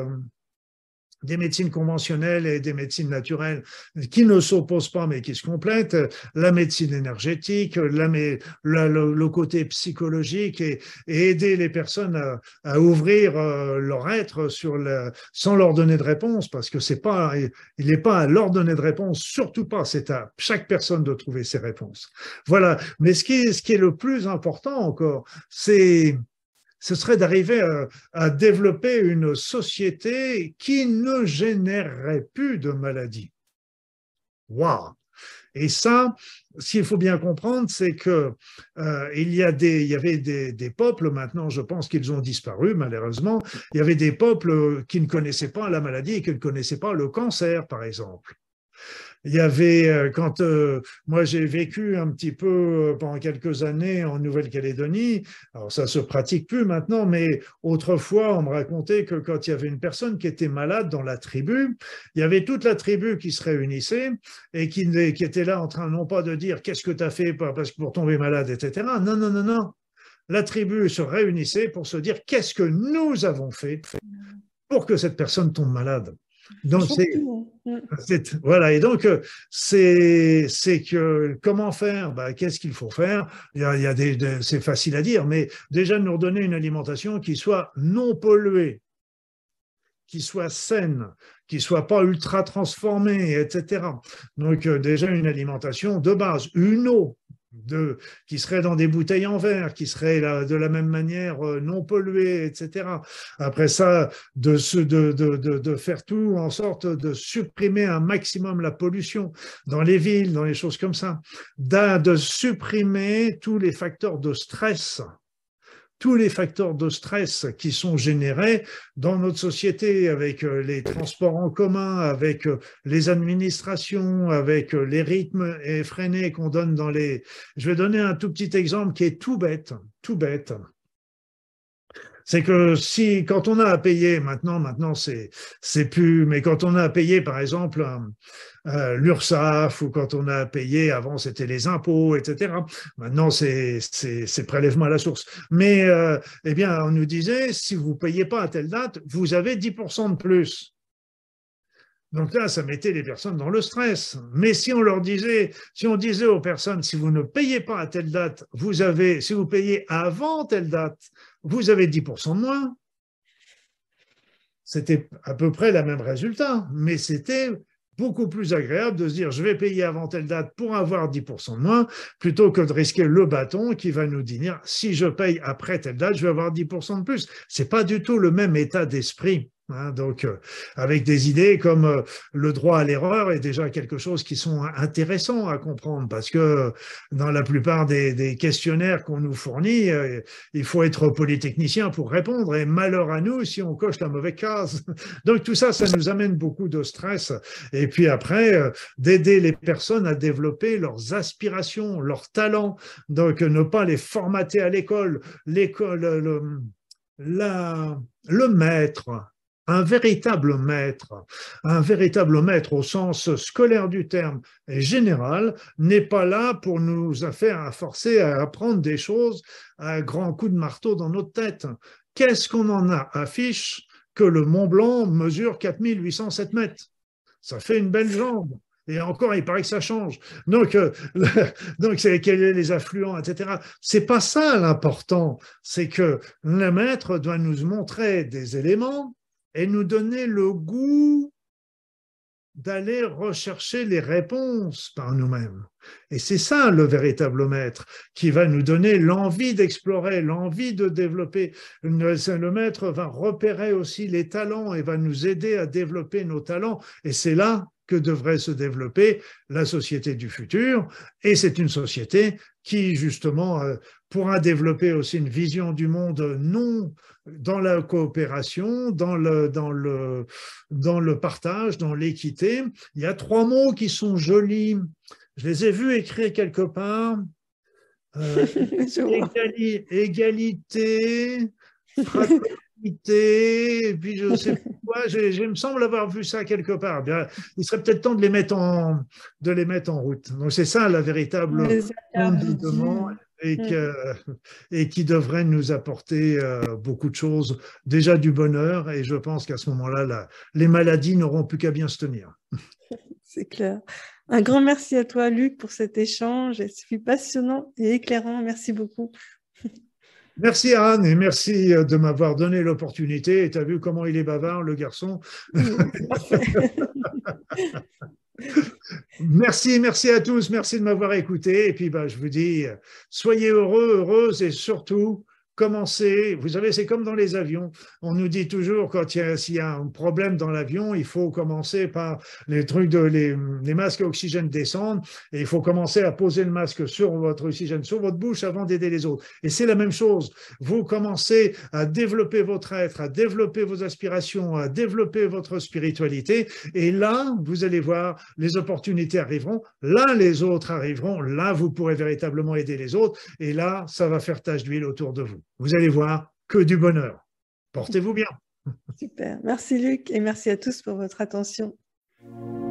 des médecines conventionnelles et des médecines naturelles qui ne s'opposent pas mais qui se complètent, la médecine énergétique, la, la, le, le côté psychologique et, et aider les personnes à, à ouvrir euh, leur être sur la, sans leur donner de réponse, parce que c'est pas, il n'est pas à leur donner de réponse, surtout pas, c'est à chaque personne de trouver ses réponses. Voilà, mais ce qui est, ce qui est le plus important encore, c'est ce serait d'arriver à, à développer une société qui ne générerait plus de maladies. Waouh! Et ça, ce qu'il faut bien comprendre, c'est que euh, il y a des, il y avait des, des peuples, maintenant je pense qu'ils ont disparu malheureusement, il y avait des peuples qui ne connaissaient pas la maladie et qui ne connaissaient pas le cancer, par exemple. Il y avait, quand euh, moi j'ai vécu un petit peu pendant quelques années en Nouvelle-Calédonie, alors ça se pratique plus maintenant, mais autrefois on me racontait que quand il y avait une personne qui était malade dans la tribu, il y avait toute la tribu qui se réunissait et qui, qui était là en train non pas de dire qu'est-ce que tu as fait parce que pour tomber malade, et cetera. Non, non, non, non. La tribu se réunissait pour se dire qu'est-ce que nous avons fait pour que cette personne tombe malade. Donc c'est voilà, et donc c'est c'est que comment faire, bah, qu'est-ce qu'il faut faire, il y a, il y a des, des c'est facile à dire, mais déjà nous redonner une alimentation qui soit non polluée, qui soit saine, qui soit pas ultra transformée, et cetera. Donc déjà une alimentation de base, une eau de, qui seraient dans des bouteilles en verre, qui seraient là, de la même manière non polluées, et cetera. Après ça, de, de, de, de, de faire tout en sorte de supprimer un maximum la pollution dans les villes, dans les choses comme ça, de, de supprimer tous les facteurs de stress tous les facteurs de stress qui sont générés dans notre société avec les transports en commun, avec les administrations, avec les rythmes effrénés qu'on donne dans les… Je vais donner un tout petit exemple qui est tout bête, tout bête. C'est que si, quand on a à payer, maintenant, maintenant c'est c'est plus, mais quand on a à payer, par exemple, euh, l'URSSAF ou quand on a à payer, avant c'était les impôts, et cetera. Maintenant c'est c'est prélèvement à la source. Mais euh, eh bien, on nous disait, si vous ne payez pas à telle date, vous avez dix pour cent de plus. Donc là, ça mettait les personnes dans le stress. Mais si on leur disait, si on disait aux personnes, si vous ne payez pas à telle date, vous avez, si vous payez avant telle date, vous avez dix pour cent de moins. C'était à peu près le même résultat, mais c'était beaucoup plus agréable de se dire je vais payer avant telle date pour avoir dix pour cent de moins, plutôt que de risquer le bâton qui va nous dire si je paye après telle date, je vais avoir dix pour cent de plus. C'est pas du tout le même état d'esprit. Hein, donc, euh, avec des idées comme euh, le droit à l'erreur est déjà quelque chose qui sont intéressants à comprendre parce que dans la plupart des, des questionnaires qu'on nous fournit, euh, il faut être polytechnicien pour répondre et malheur à nous si on coche la mauvaise case. Donc, tout ça, ça nous amène beaucoup de stress. Et puis après, euh, d'aider les personnes à développer leurs aspirations, leurs talents. Donc, ne pas les formater à l'école, l'école, le, la, le maître, un véritable maître, un véritable maître au sens scolaire du terme et général, n'est pas là pour nous faire à forcer à apprendre des choses à grands coups de marteau dans notre tête. Qu'est-ce qu'on en a affiche que le Mont Blanc mesure quatre mille huit cent sept mètres? Ça fait une belle jambe. Et encore, il paraît que ça change. Donc, euh, donc c'est quels sont les affluents, et cetera. C'est pas ça l'important. C'est que le maître doit nous montrer des éléments et nous donner le goût d'aller rechercher les réponses par nous-mêmes. Et c'est ça le véritable maître qui va nous donner l'envie d'explorer, l'envie de développer. Le maître va repérer aussi les talents et va nous aider à développer nos talents. Et c'est là que devrait se développer la société du futur. Et c'est une société qui, justement, pourra développer aussi une vision du monde non dans la coopération, dans le, dans le, dans le partage, dans l'équité. Il y a trois mots qui sont jolis. Je les ai vus écrire quelque part. Euh, égali, égalité, fraternité, et puis je ne sais pas pourquoi, je, je me semble avoir vu ça quelque part. Bien, il serait peut-être temps de les mettre en, de les mettre en route. Donc c'est ça la véritable fondement et, que, et qui devrait nous apporter euh, beaucoup de choses, déjà du bonheur, et je pense qu'à ce moment-là, la, les maladies n'auront plus qu'à bien se tenir. C'est clair. Un grand merci à toi, Luc, pour cet échange. C'est passionnant et éclairant. Merci beaucoup. Merci Anne et merci de m'avoir donné l'opportunité. Et tu as vu comment il est bavard, le garçon. Merci, merci à tous. Merci de m'avoir écouté. Et puis, bah, je vous dis, soyez heureux, heureuses et surtout, commencez. Vous savez, c'est comme dans les avions. On nous dit toujours, quand il y a, s'il y a un problème dans l'avion, il faut commencer par les trucs de les, les masques à oxygène descendent et il faut commencer à poser le masque sur votre oxygène, sur votre bouche avant d'aider les autres. Et c'est la même chose. Vous commencez à développer votre être, à développer vos aspirations, à développer votre spiritualité. Et là, vous allez voir, les opportunités arriveront. Là, les autres arriveront. Là, vous pourrez véritablement aider les autres. Et là, ça va faire tache d'huile autour de vous. Vous allez voir que du bonheur. Portez-vous bien. Super. Merci Luc et merci à tous pour votre attention.